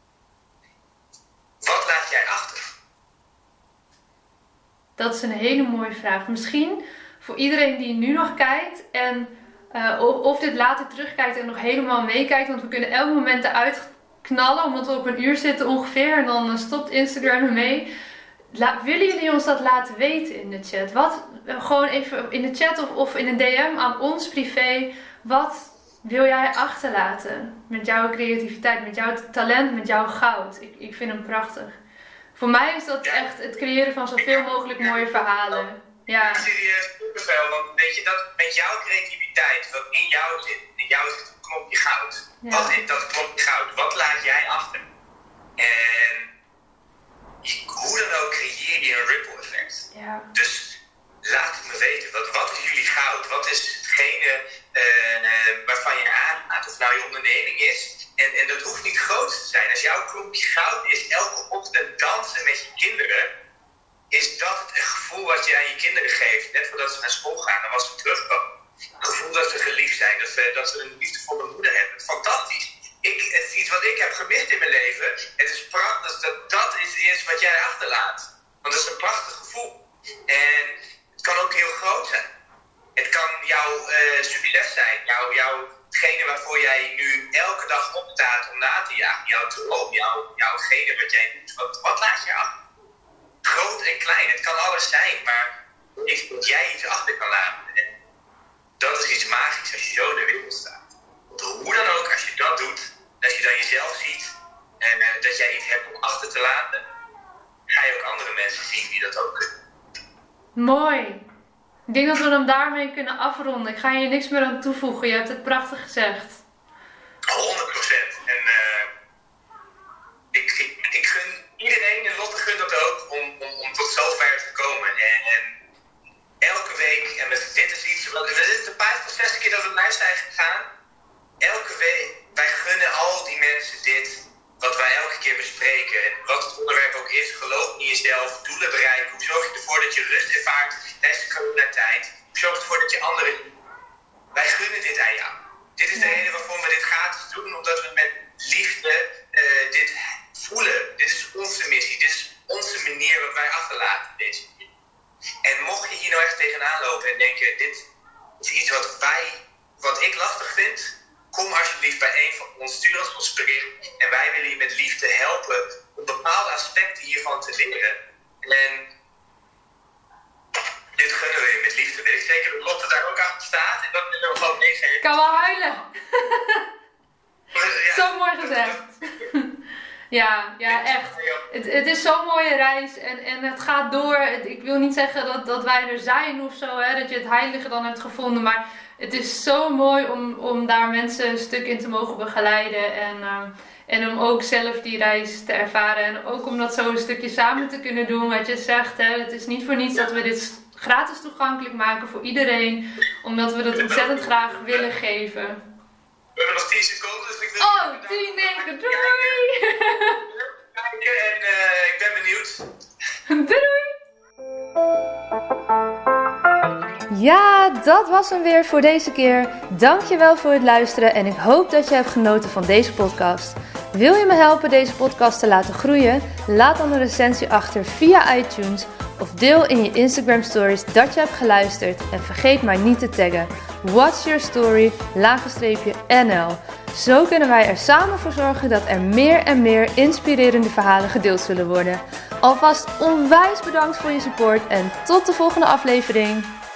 Wat laat jij achter? Dat is een hele mooie vraag. Misschien voor iedereen die nu nog kijkt en of dit later terugkijkt en nog helemaal meekijkt. Want we kunnen elk moment eruit knallen omdat we op een uur zitten ongeveer. En dan stopt Instagram ermee. Willen jullie ons dat laten weten in de chat? Gewoon even in de chat of in een DM aan ons privé. Wat wil jij achterlaten met jouw creativiteit, met jouw talent, met jouw goud? Ik vind hem prachtig. Voor mij is dat echt het creëren van zoveel mogelijk mooie verhalen. Ja. Serieus, superveel. Want weet je, dat met jouw creativiteit, wat in jou zit zit een knopje goud. Ja. Wat is dat knopje goud? Wat laat jij achter? En hoe dan ook creëer je een ripple effect. Ja. Dus laat het me weten. Wat is jullie goud? Wat is hetgene waarvan je aangaat? Of nou je onderneming is. En dat hoeft niet groot te zijn. Als jouw knopje goud is elke ochtend dansen met je kinderen, is dat het gevoel wat je aan je kinderen geeft, net voordat ze naar school gaan en als ze terugkomen. Het gevoel dat ze geliefd zijn, dat ze een liefdevolle moeder hebben. Fantastisch. Het is iets wat ik heb gemist in mijn leven. Het is prachtig dat is wat jij achterlaat. Want dat is een prachtig gevoel. En het kan ook heel groot zijn. Het kan jouw succes zijn. Hetgene waarvoor jij nu elke dag opstaat om na te jagen. Jouw droom, jouwgene wat jij doet. Wat laat je achter? Groot en klein, het kan alles zijn. Maar dat jij iets achter kan laten. Dat is iets magisch als je zo in de wereld staat. Hoe dan ook, als je dat doet, als je dan jezelf ziet en dat jij iets hebt om achter te laten, ga je ook andere mensen zien die dat ook kunnen. Mooi. Ik denk dat we hem daarmee kunnen afronden. Ik ga hier niks meer aan toevoegen. Je hebt het prachtig gezegd. 100%. En ik gun iedereen, en Lotte gunt dat ook, om tot zover te komen. En elke week, en dit is iets, we zitten de 5 of 6 keer dat we live zijn gegaan. Elke week, wij gunnen al die mensen dit, wat wij elke keer bespreken. En wat het onderwerp ook is, geloof in jezelf, doelen bereiken. Hoe zorg je ervoor dat je rust ervaart tijdens de coronatijd? Hoe zorg je ervoor dat je anderen... Wij gunnen dit aan jou. Dit is de reden waarom we dit gratis doen, omdat we met liefde dit voelen. Dit is onze missie, dit is onze manier wat wij achterlaten. En mocht je hier nou echt tegenaan lopen en denken, dit is iets wat ik lastig vind, kom alsjeblieft bij een van ons, stuur ons bericht en wij willen je met liefde helpen om bepaalde aspecten hiervan te leren. En dit gunnen we je met liefde. Weet ik zeker dat Lotte daar ook achter staat en dat willen we gewoon meegeven. Ik kan wel huilen. Ja. Zo mooi gezegd. Ja, echt. Het is zo'n mooie reis en het gaat door. Ik wil niet zeggen dat wij er zijn of zo, hè, dat je het heilige dan hebt gevonden. Maar het is zo mooi om daar mensen een stuk in te mogen begeleiden. En om ook zelf die reis te ervaren. En ook om dat zo een stukje samen te kunnen doen. Wat je zegt, hè, het is niet voor niets dat we dit gratis toegankelijk maken voor iedereen. Omdat we dat ontzettend graag willen geven. We hebben nog 10 seconden, dus ik wil... 10, 9, doei! Kijken en ik ben benieuwd. Doei! Ja, dat was hem weer voor deze keer. Dankjewel voor het luisteren en ik hoop dat je hebt genoten van deze podcast. Wil je me helpen deze podcast te laten groeien? Laat dan een recensie achter via iTunes of deel in je Instagram stories dat je hebt geluisterd en vergeet mij niet te taggen. What's Your Story _NL. Zo kunnen wij er samen voor zorgen dat er meer en meer inspirerende verhalen gedeeld zullen worden. Alvast onwijs bedankt voor je support en tot de volgende aflevering.